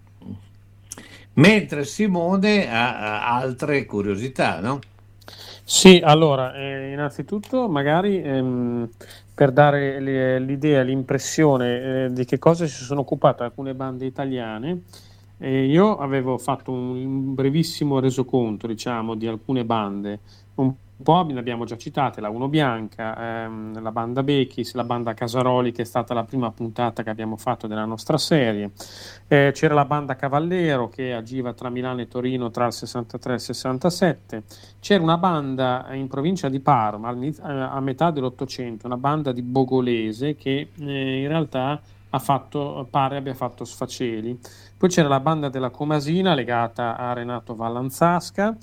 Mentre Simone ha altre curiosità, no? Sì, allora, innanzitutto magari per dare l'idea, l'impressione di che cosa si sono occupate alcune bande italiane, io avevo fatto un brevissimo resoconto, diciamo, di alcune bande. Un po' ne abbiamo già citate, la Uno Bianca, la banda Bechis, la banda Casaroli, che è stata la prima puntata che abbiamo fatto della nostra serie. C'era la banda Cavallero, che agiva tra Milano e Torino tra il 63 e il 67. C'era una banda in provincia di Parma a metà dell'Ottocento, una banda di Bogolese che in realtà pare abbia fatto sfaceli. Poi c'era la banda della Comasina legata a Renato Vallanzasca,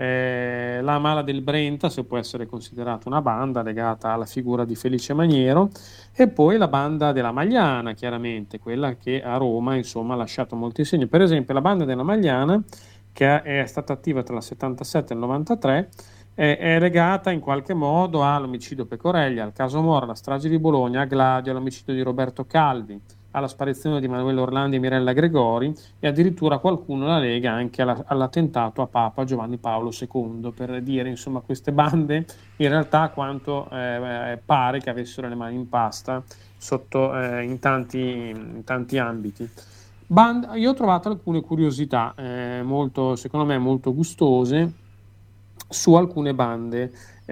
la Mala del Brenta, se può essere considerata una banda legata alla figura di Felice Maniero, e poi la banda della Magliana, chiaramente quella che a Roma insomma ha lasciato molti segni. Per esempio la banda della Magliana, che è stata attiva tra il 77 e il 93, è legata in qualche modo all'omicidio Pecorelli, al caso Moro, alla strage di Bologna, a Gladio, all'omicidio di Roberto Calvi, alla sparizione di Manuel Orlandi e Mirella Gregori, e addirittura qualcuno la lega anche all'attentato a Papa Giovanni Paolo II, per dire insomma queste bande in realtà quanto pare che avessero le mani in pasta sotto in tanti ambiti. Io ho trovato alcune curiosità molto, secondo me, molto gustose su alcune bande.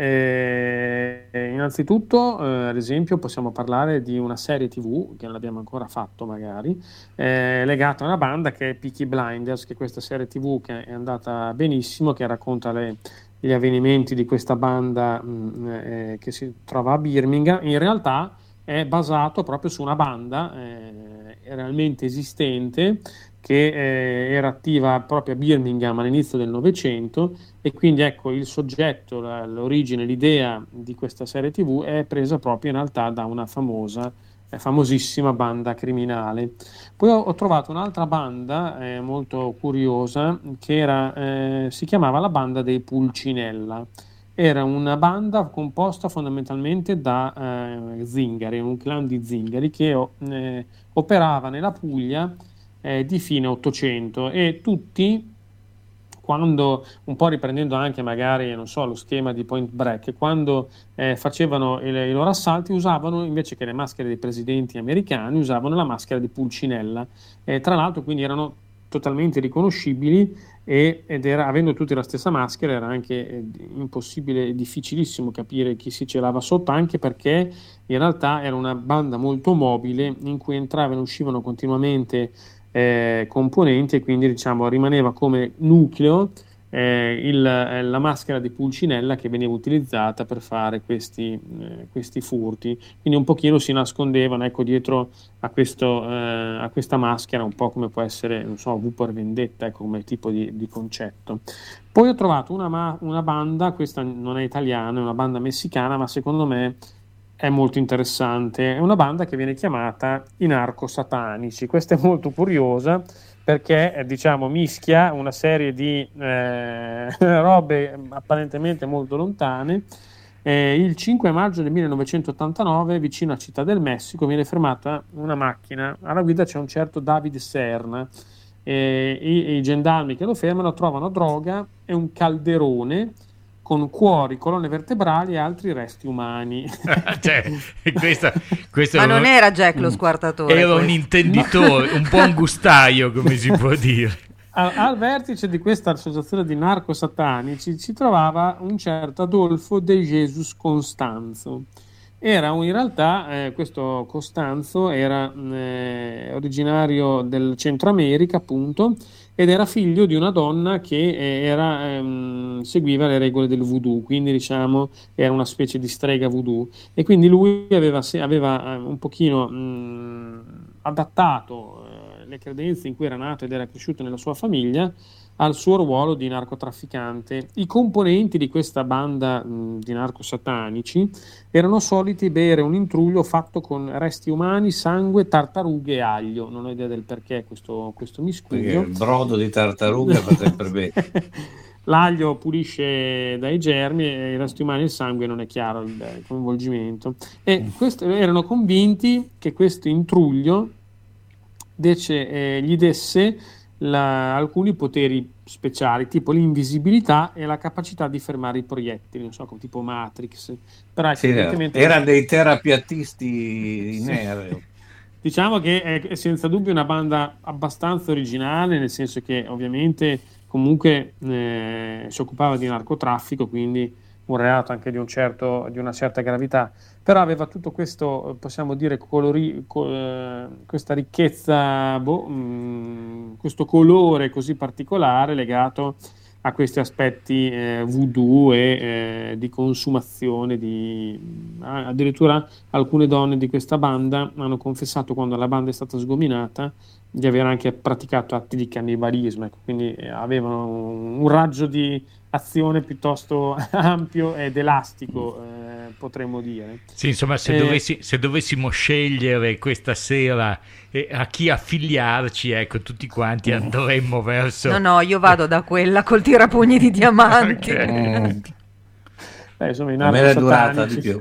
Innanzitutto, ad esempio, possiamo parlare di una serie TV che non l'abbiamo ancora fatto, magari legata a una banda che è Peaky Blinders, che è questa serie TV che è andata benissimo, che racconta gli avvenimenti di questa banda che si trova a Birmingham. In realtà è basato proprio su una banda realmente esistente che era attiva proprio a Birmingham all'inizio del Novecento, e quindi ecco il soggetto, l'origine, l'idea di questa serie TV è presa proprio in realtà da una famosissima banda criminale. Poi ho trovato un'altra banda molto curiosa che si chiamava la banda dei Pulcinella. Era una banda composta fondamentalmente da zingari, un clan di zingari che operava nella Puglia di fine Ottocento, e tutti, quando, un po' riprendendo anche magari, non so, lo schema di Point Break, quando facevano i loro assalti usavano, invece che le maschere dei presidenti americani, usavano la maschera di Pulcinella. Tra l'altro quindi erano totalmente riconoscibili, avendo tutti la stessa maschera era anche impossibile, difficilissimo capire chi si celava sotto, anche perché in realtà era una banda molto mobile in cui entravano e uscivano continuamente componenti, e quindi diciamo rimaneva come nucleo la maschera di Pulcinella che veniva utilizzata per fare questi furti, quindi un pochino si nascondevano, ecco, dietro a questa maschera, un po' come può essere, non so, V per Vendetta, ecco, come tipo di concetto. Poi ho trovato una banda, questa non è italiana, è una banda messicana, ma secondo me è molto interessante. È una banda che viene chiamata i Narcosatanici. Questa è molto curiosa perché diciamo mischia una serie di robe apparentemente molto lontane. Il 5 maggio del 1989, vicino a Città del Messico, viene fermata una macchina. Alla guida c'è un certo David Serna. I gendarmi che lo fermano trovano droga e un calderone con cuori, colonne vertebrali e altri resti umani. Cioè, questo Ma non era Jack lo squartatore? Era un intenditore, un buon gustaio, come si può dire. Al vertice di questa associazione di narcosatanici si trovava un certo Adolfo de Jesus Constanzo. In realtà questo Costanzo era originario del Centro America, appunto, ed era figlio di una donna che seguiva le regole del voodoo, quindi diciamo era una specie di strega voodoo, e quindi lui aveva un pochino adattato le credenze in cui era nato ed era cresciuto nella sua famiglia al suo ruolo di narcotrafficante. I componenti di questa banda di narcosatanici erano soliti bere un intruglio fatto con resti umani, sangue, tartarughe e aglio. Non ho idea del perché questo miscuglio. Il brodo di tartaruga fa sempre bene. L'aglio pulisce dai germi e i resti umani e il sangue non è chiaro il coinvolgimento. E erano convinti che questo intruglio gli desse alcuni poteri speciali, tipo l'invisibilità e la capacità di fermare i proiettili, non so, tipo Matrix. Però sì, erano dei terapiatisti in aereo. Diciamo che è senza dubbio una banda abbastanza originale, nel senso che ovviamente comunque si occupava di narcotraffico, quindi un reato anche di una certa gravità, però aveva tutto questo, possiamo dire, questa ricchezza, questo colore così particolare legato a questi aspetti voodoo e di consumazione. Addirittura alcune donne di questa banda hanno confessato, quando la banda è stata sgominata, di aver anche praticato atti di cannibalismo, ecco, quindi avevano un raggio di azione piuttosto ampio ed elastico, potremmo dire. Sì, insomma, se dovessimo scegliere questa sera a chi affiliarci, ecco, tutti quanti andremmo verso... No, io vado da quella col tirapugni di diamanti. Okay. Insomma, i a me è durata di più.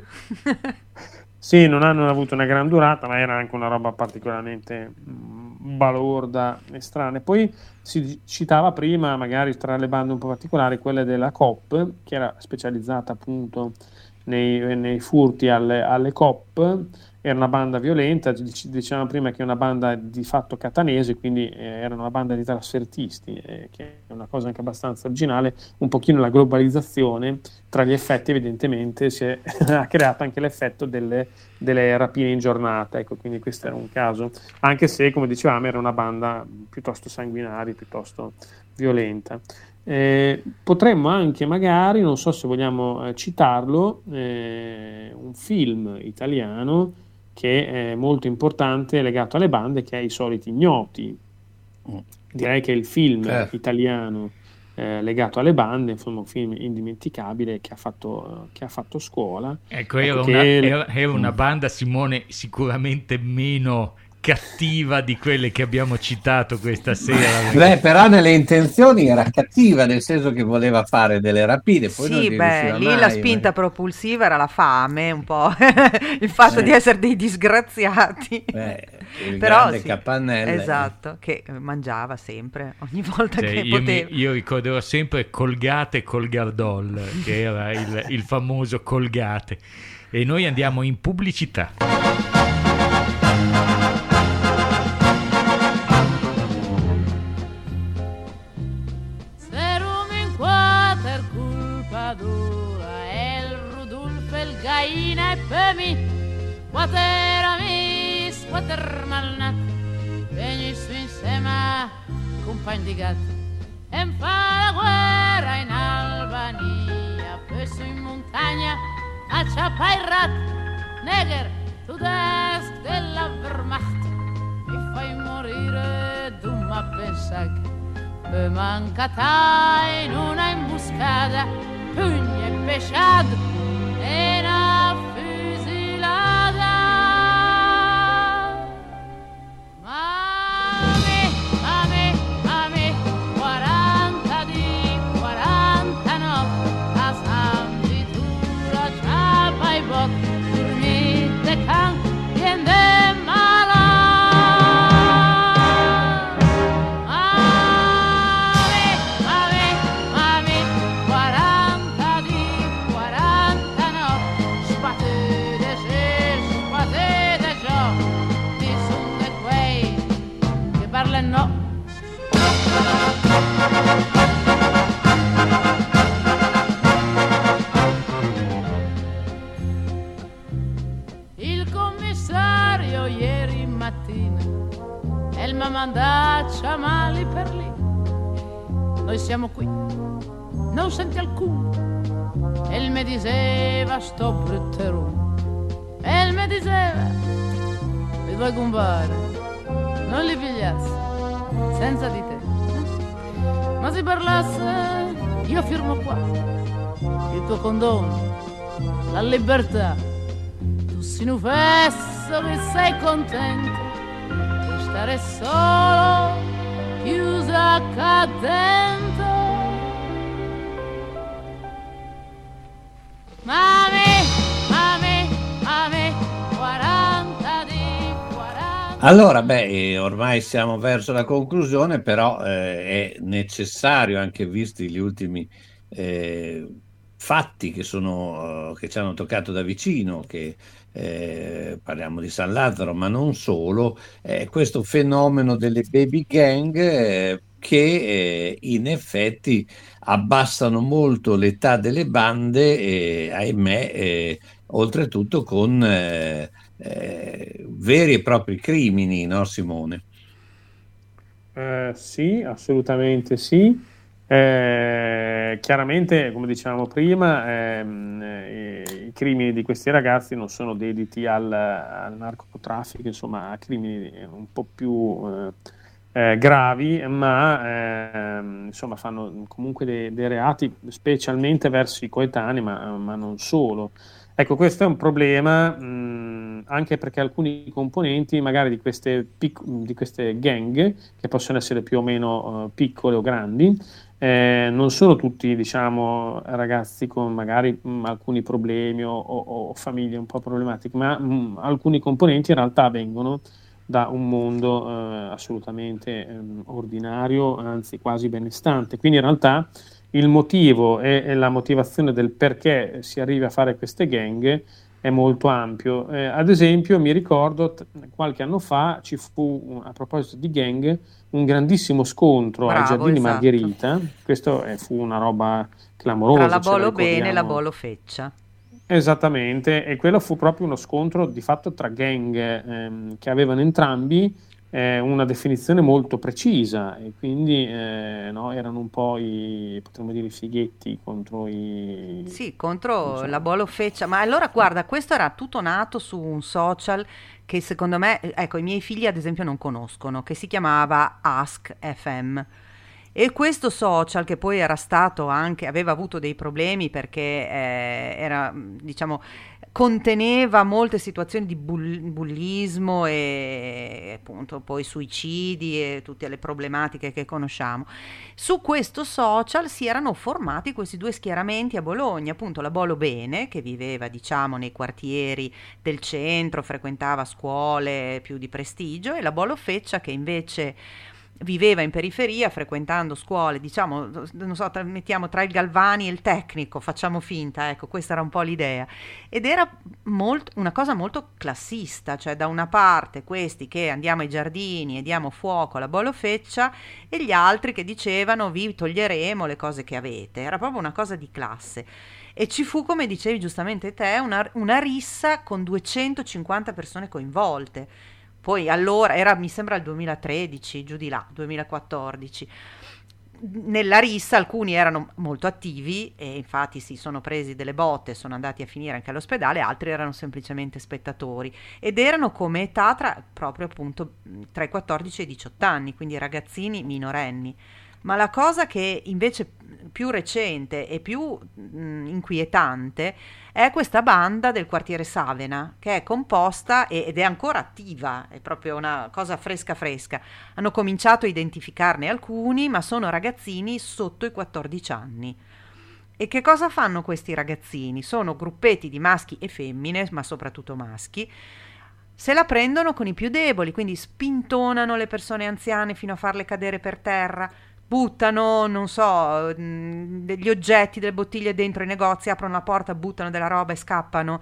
Sì, non hanno avuto una gran durata, ma era anche una roba particolarmente balorda e strana. Poi si citava prima, magari tra le bande un po' particolari, quelle della COP, che era specializzata appunto nei furti alle COP. Era una banda violenta, dicevamo prima che è una banda di fatto catanese, quindi era una banda di trasfertisti, che è una cosa anche abbastanza originale. Un pochino la globalizzazione, tra gli effetti evidentemente ha creato anche l'effetto delle rapine in giornata, ecco, quindi questo era un caso, anche se, come dicevamo, era una banda piuttosto sanguinaria, piuttosto violenta. Potremmo anche magari, non so se vogliamo citarlo, un film italiano che è molto importante legato alle bande, che è I soliti ignoti. Direi che è il film italiano legato alle bande, insomma, un film indimenticabile che ha fatto scuola. Ecco, era una banda, Simone, sicuramente meno cattiva di quelle che abbiamo citato questa sera. Beh, però nelle intenzioni era cattiva, nel senso che voleva fare delle rapine. Poi sì, lì la spinta propulsiva era la fame, un po' il fatto di essere dei disgraziati. Il però grande Capannelle. Esatto, che mangiava sempre, ogni volta che poteva. Io ricorderò sempre Colgate Colgardol, che era il famoso Colgate. E noi andiamo in pubblicità. Gaina e pemi, quater amis, quater malnat, venissero insieme, compagni di gat, e fa la guerra in Albania, poi su in montagna a Chapairat, Neger, tu desk della Wehrmacht, mi fai morire, tu ma pensa che poi mancata in una imboscata, pugni e pesciato e una fusilata. Mami, 40 di 49, a San Vitura ciapa i bot, dormite can, viene mala. Mami, 40 di 49, spatete ciò, di son de quei che parlano. Il commissario ieri mattina Elma mandaccia mali per lì. Noi siamo qui, non senti alcuno. El mi diceva sto brutterone. El mi diceva i tuoi compari non li pigliassi senza di te. Ma se parlasse io firmo qua il tuo condono, la libertà. Tu si nufesso che sei contento di stare solo chiusa qua dentro. Mami, 40 di 40. Allora, ormai siamo verso la conclusione, però è necessario, anche visti gli ultimi fatti che ci hanno toccato da vicino, che parliamo di San Lazzaro, ma non solo, questo fenomeno delle baby gang che in effetti abbassano molto l'età delle bande e, ahimè, oltretutto con veri e propri crimini, no Simone? Sì, assolutamente sì. Chiaramente, come dicevamo prima, i crimini di questi ragazzi non sono dediti al narcotraffico, insomma, a crimini un po' più gravi, ma insomma fanno comunque dei reati, specialmente verso i coetanei, ma non solo. Ecco, questo è un problema anche perché alcuni componenti magari di queste gang, che possono essere più o meno piccole o grandi, non sono tutti, diciamo, ragazzi con magari alcuni problemi o famiglie un po' problematiche, ma alcuni componenti in realtà vengono da un mondo assolutamente ordinario, anzi quasi benestante. Quindi in realtà il motivo e la motivazione del perché si arrivi a fare queste gang è molto ampio. Ad esempio, mi ricordo qualche anno fa ci fu, a proposito di gang, un grandissimo scontro ai Giardini Margherita. Questo fu una roba clamorosa. Tra la Bolo Bene e la Bolo Feccia. Esattamente, e quello fu proprio uno scontro di fatto tra gang che avevano entrambi una definizione molto precisa, e quindi erano un po' potremmo dire i fighetti contro i... Sì, contro la Bolo Feccia. Ma allora guarda, questo era tutto nato su un social che secondo me, ecco, i miei figli ad esempio non conoscono, che si chiamava Ask FM. E questo social, che poi era stato anche, aveva avuto dei problemi perché era, diciamo, conteneva molte situazioni di bullismo e appunto poi suicidi e tutte le problematiche che conosciamo. Su questo social si erano formati questi due schieramenti a Bologna, appunto la Bolo Bene, che viveva, diciamo, nei quartieri del centro, frequentava scuole più di prestigio, e la Bolo Feccia, che invece viveva in periferia, frequentando scuole, diciamo, non so, mettiamo tra il Galvani e il Tecnico, facciamo finta, ecco, questa era un po' l'idea. Ed era una cosa molto classista, cioè da una parte questi che andiamo ai giardini e diamo fuoco alla Bolo Feccia, e gli altri che dicevano vi toglieremo le cose che avete. Era proprio una cosa di classe. E ci fu, come dicevi giustamente te, una rissa con 250 persone coinvolte. Poi allora, mi sembra il 2013, giù di là, 2014. nella rissa alcuni erano molto attivi e infatti si sono presi delle botte, sono andati a finire anche all'ospedale, altri erano semplicemente spettatori ed erano come età proprio appunto tra i 14 e i 18 anni, quindi ragazzini minorenni. Ma la cosa che invece più recente e più inquietante è questa banda del quartiere Savena, che è composta ed è ancora attiva, è proprio una cosa fresca. Hanno cominciato a identificarne alcuni, ma sono ragazzini sotto i 14 anni. E che cosa fanno questi ragazzini? Sono gruppetti di maschi e femmine, ma soprattutto maschi. Se la prendono con i più deboli, quindi spintonano le persone anziane fino a farle cadere per terra, buttano, non so, degli oggetti, delle bottiglie dentro i negozi, aprono la porta, buttano della roba e scappano.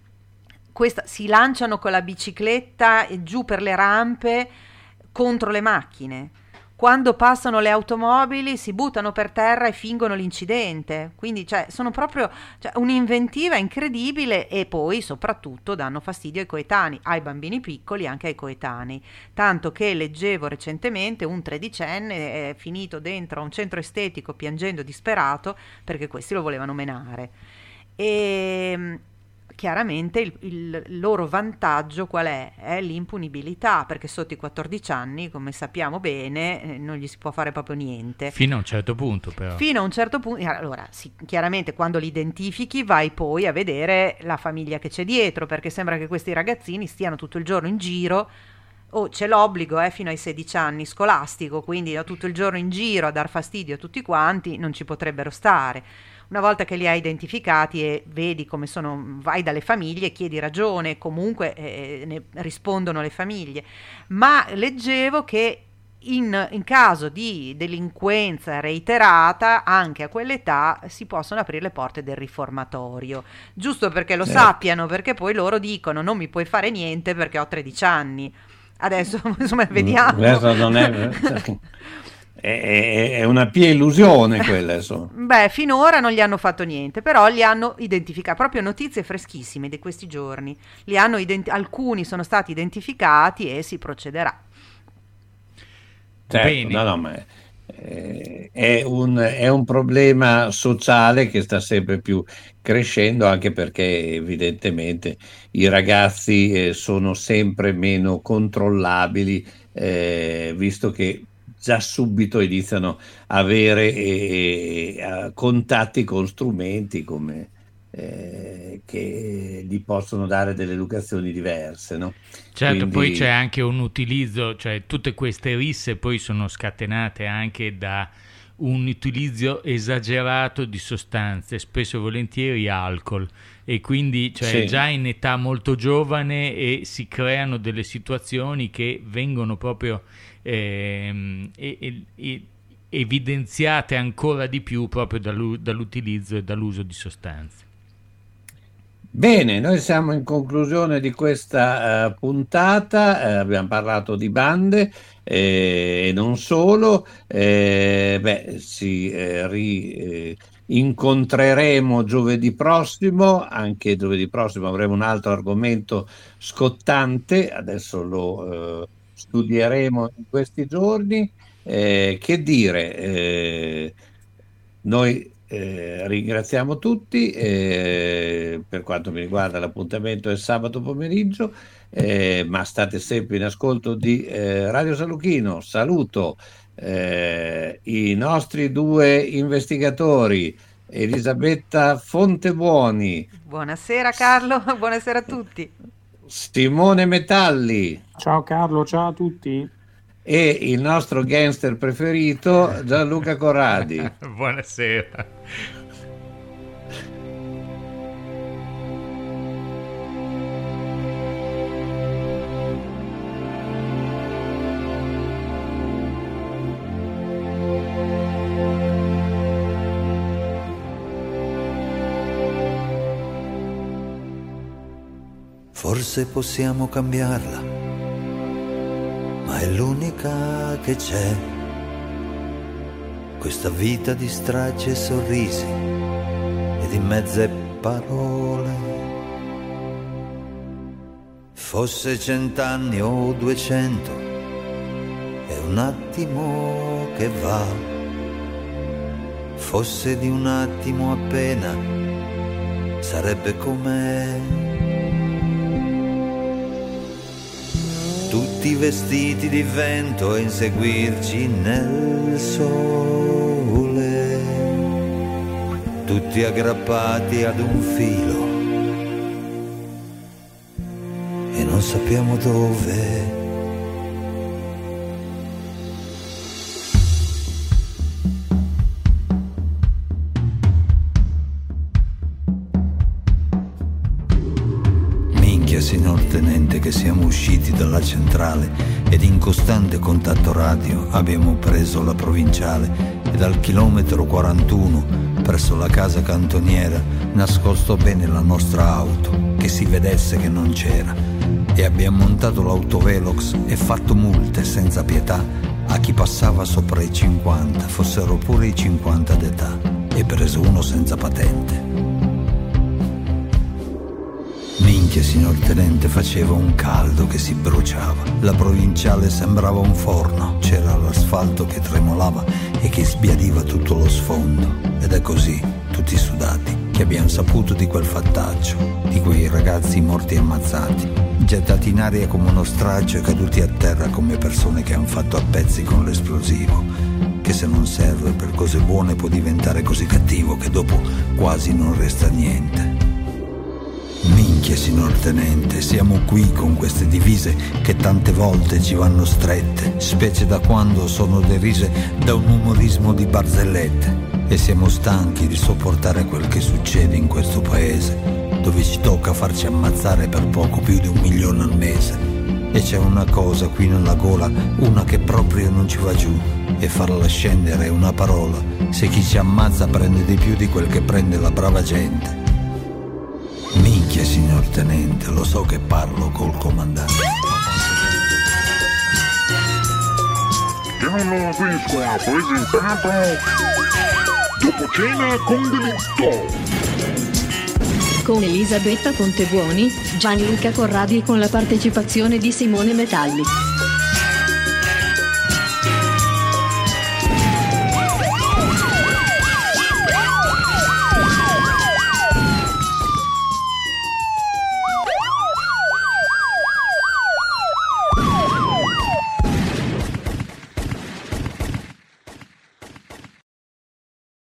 Si lanciano con la bicicletta e giù per le rampe contro le macchine. Quando passano le automobili si buttano per terra e fingono l'incidente. Quindi sono proprio un'inventiva incredibile e poi soprattutto danno fastidio ai coetanei, ai bambini piccoli e anche ai coetanei. Tanto che leggevo recentemente un 13enne è finito dentro a un centro estetico piangendo disperato perché questi lo volevano menare. E chiaramente il loro vantaggio qual è? È l'impunibilità, perché sotto i 14 anni, come sappiamo bene, non gli si può fare proprio niente. Fino a un certo punto però. Fino a un certo punto, allora sì, chiaramente quando li identifichi vai poi a vedere la famiglia che c'è dietro, perché sembra che questi ragazzini stiano tutto il giorno in giro. C'è l'obbligo fino ai 16 anni scolastico, quindi tutto il giorno in giro a dar fastidio a tutti quanti, non ci potrebbero stare. Una volta che li hai identificati e vedi come sono, vai dalle famiglie, chiedi ragione, comunque ne rispondono le famiglie. Ma leggevo che in caso di delinquenza reiterata, anche a quell'età si possono aprire le porte del riformatorio, giusto perché lo sappiano, perché poi loro dicono non mi puoi fare niente perché ho 13 anni. Adesso insomma vediamo. Adesso non è una pia illusione quella, insomma. Beh, finora non gli hanno fatto niente, però li hanno identificati, proprio notizie freschissime di questi giorni. Alcuni sono stati identificati e si procederà. Certo, ma è un problema sociale che sta sempre più crescendo, anche perché evidentemente i ragazzi sono sempre meno controllabili, visto che già subito iniziano a avere contatti con strumenti come che gli possono dare delle educazioni diverse, no? Certo, poi c'è anche un utilizzo, cioè tutte queste risse poi sono scatenate anche da un utilizzo esagerato di sostanze, spesso e volentieri alcol, e quindi già in età molto giovane e si creano delle situazioni che vengono proprio evidenziate ancora di più proprio dall'utilizzo e dall'uso di sostanze. Bene, noi siamo in conclusione di questa puntata, abbiamo parlato di bande e non solo, incontreremo giovedì prossimo, anche giovedì prossimo avremo un altro argomento scottante, adesso lo studieremo in questi giorni. Che dire, noi ringraziamo tutti, per quanto mi riguarda l'appuntamento è sabato pomeriggio, ma state sempre in ascolto di Radio San Luchino. Saluto i nostri due investigatori, Elisabetta Fontebuoni. Buonasera Carlo, buonasera a tutti. Simone Metalli. Ciao Carlo, ciao a tutti. E il nostro gangster preferito Gianluca Corradi. Buonasera. Forse possiamo cambiarla, ma è l'unica che c'è. Questa vita di stracci e sorrisi e di mezze parole. Fosse 100 anni o 200, è un attimo che va fosse di un attimo appena, sarebbe com'è. Tutti vestiti di vento a inseguirci nel sole, tutti aggrappati ad un filo e non sappiamo dove. Signor tenente, che siamo usciti dalla centrale ed in costante contatto radio abbiamo preso la provinciale e dal chilometro 41 presso la casa cantoniera nascosto bene la nostra auto, che si vedesse che non c'era, e abbiamo montato l'autovelox e fatto multe senza pietà a chi passava sopra i 50, fossero pure i 50 d'età, e preso uno senza patente. Minchia, signor tenente, faceva un caldo che si bruciava. La provinciale sembrava un forno, c'era l'asfalto che tremolava e che sbiadiva tutto lo sfondo. Ed è così, tutti sudati, che abbiamo saputo di quel fattaccio, di quei ragazzi morti e ammazzati, gettati in aria come uno straccio e caduti a terra come persone che hanno fatto a pezzi con l'esplosivo, che se non serve per cose buone può diventare così cattivo che dopo quasi non resta niente. Minchia, signor tenente, siamo qui con queste divise che tante volte ci vanno strette, specie da quando sono derise da un umorismo di barzellette, e siamo stanchi di sopportare quel che succede in questo paese, dove ci tocca farci ammazzare per poco più di 1 milione al mese. E c'è una cosa qui nella gola, una che proprio non ci va giù, e farla scendere è una parola, se chi ci ammazza prende di più di quel che prende la brava gente. Minchia, signor tenente, lo so che parlo col comandante. Giallo Fresco ha presentato Dopo cena con delitto, con Elisabetta Contebuoni, Gianluca Corradi e con la partecipazione di Simone Metalli.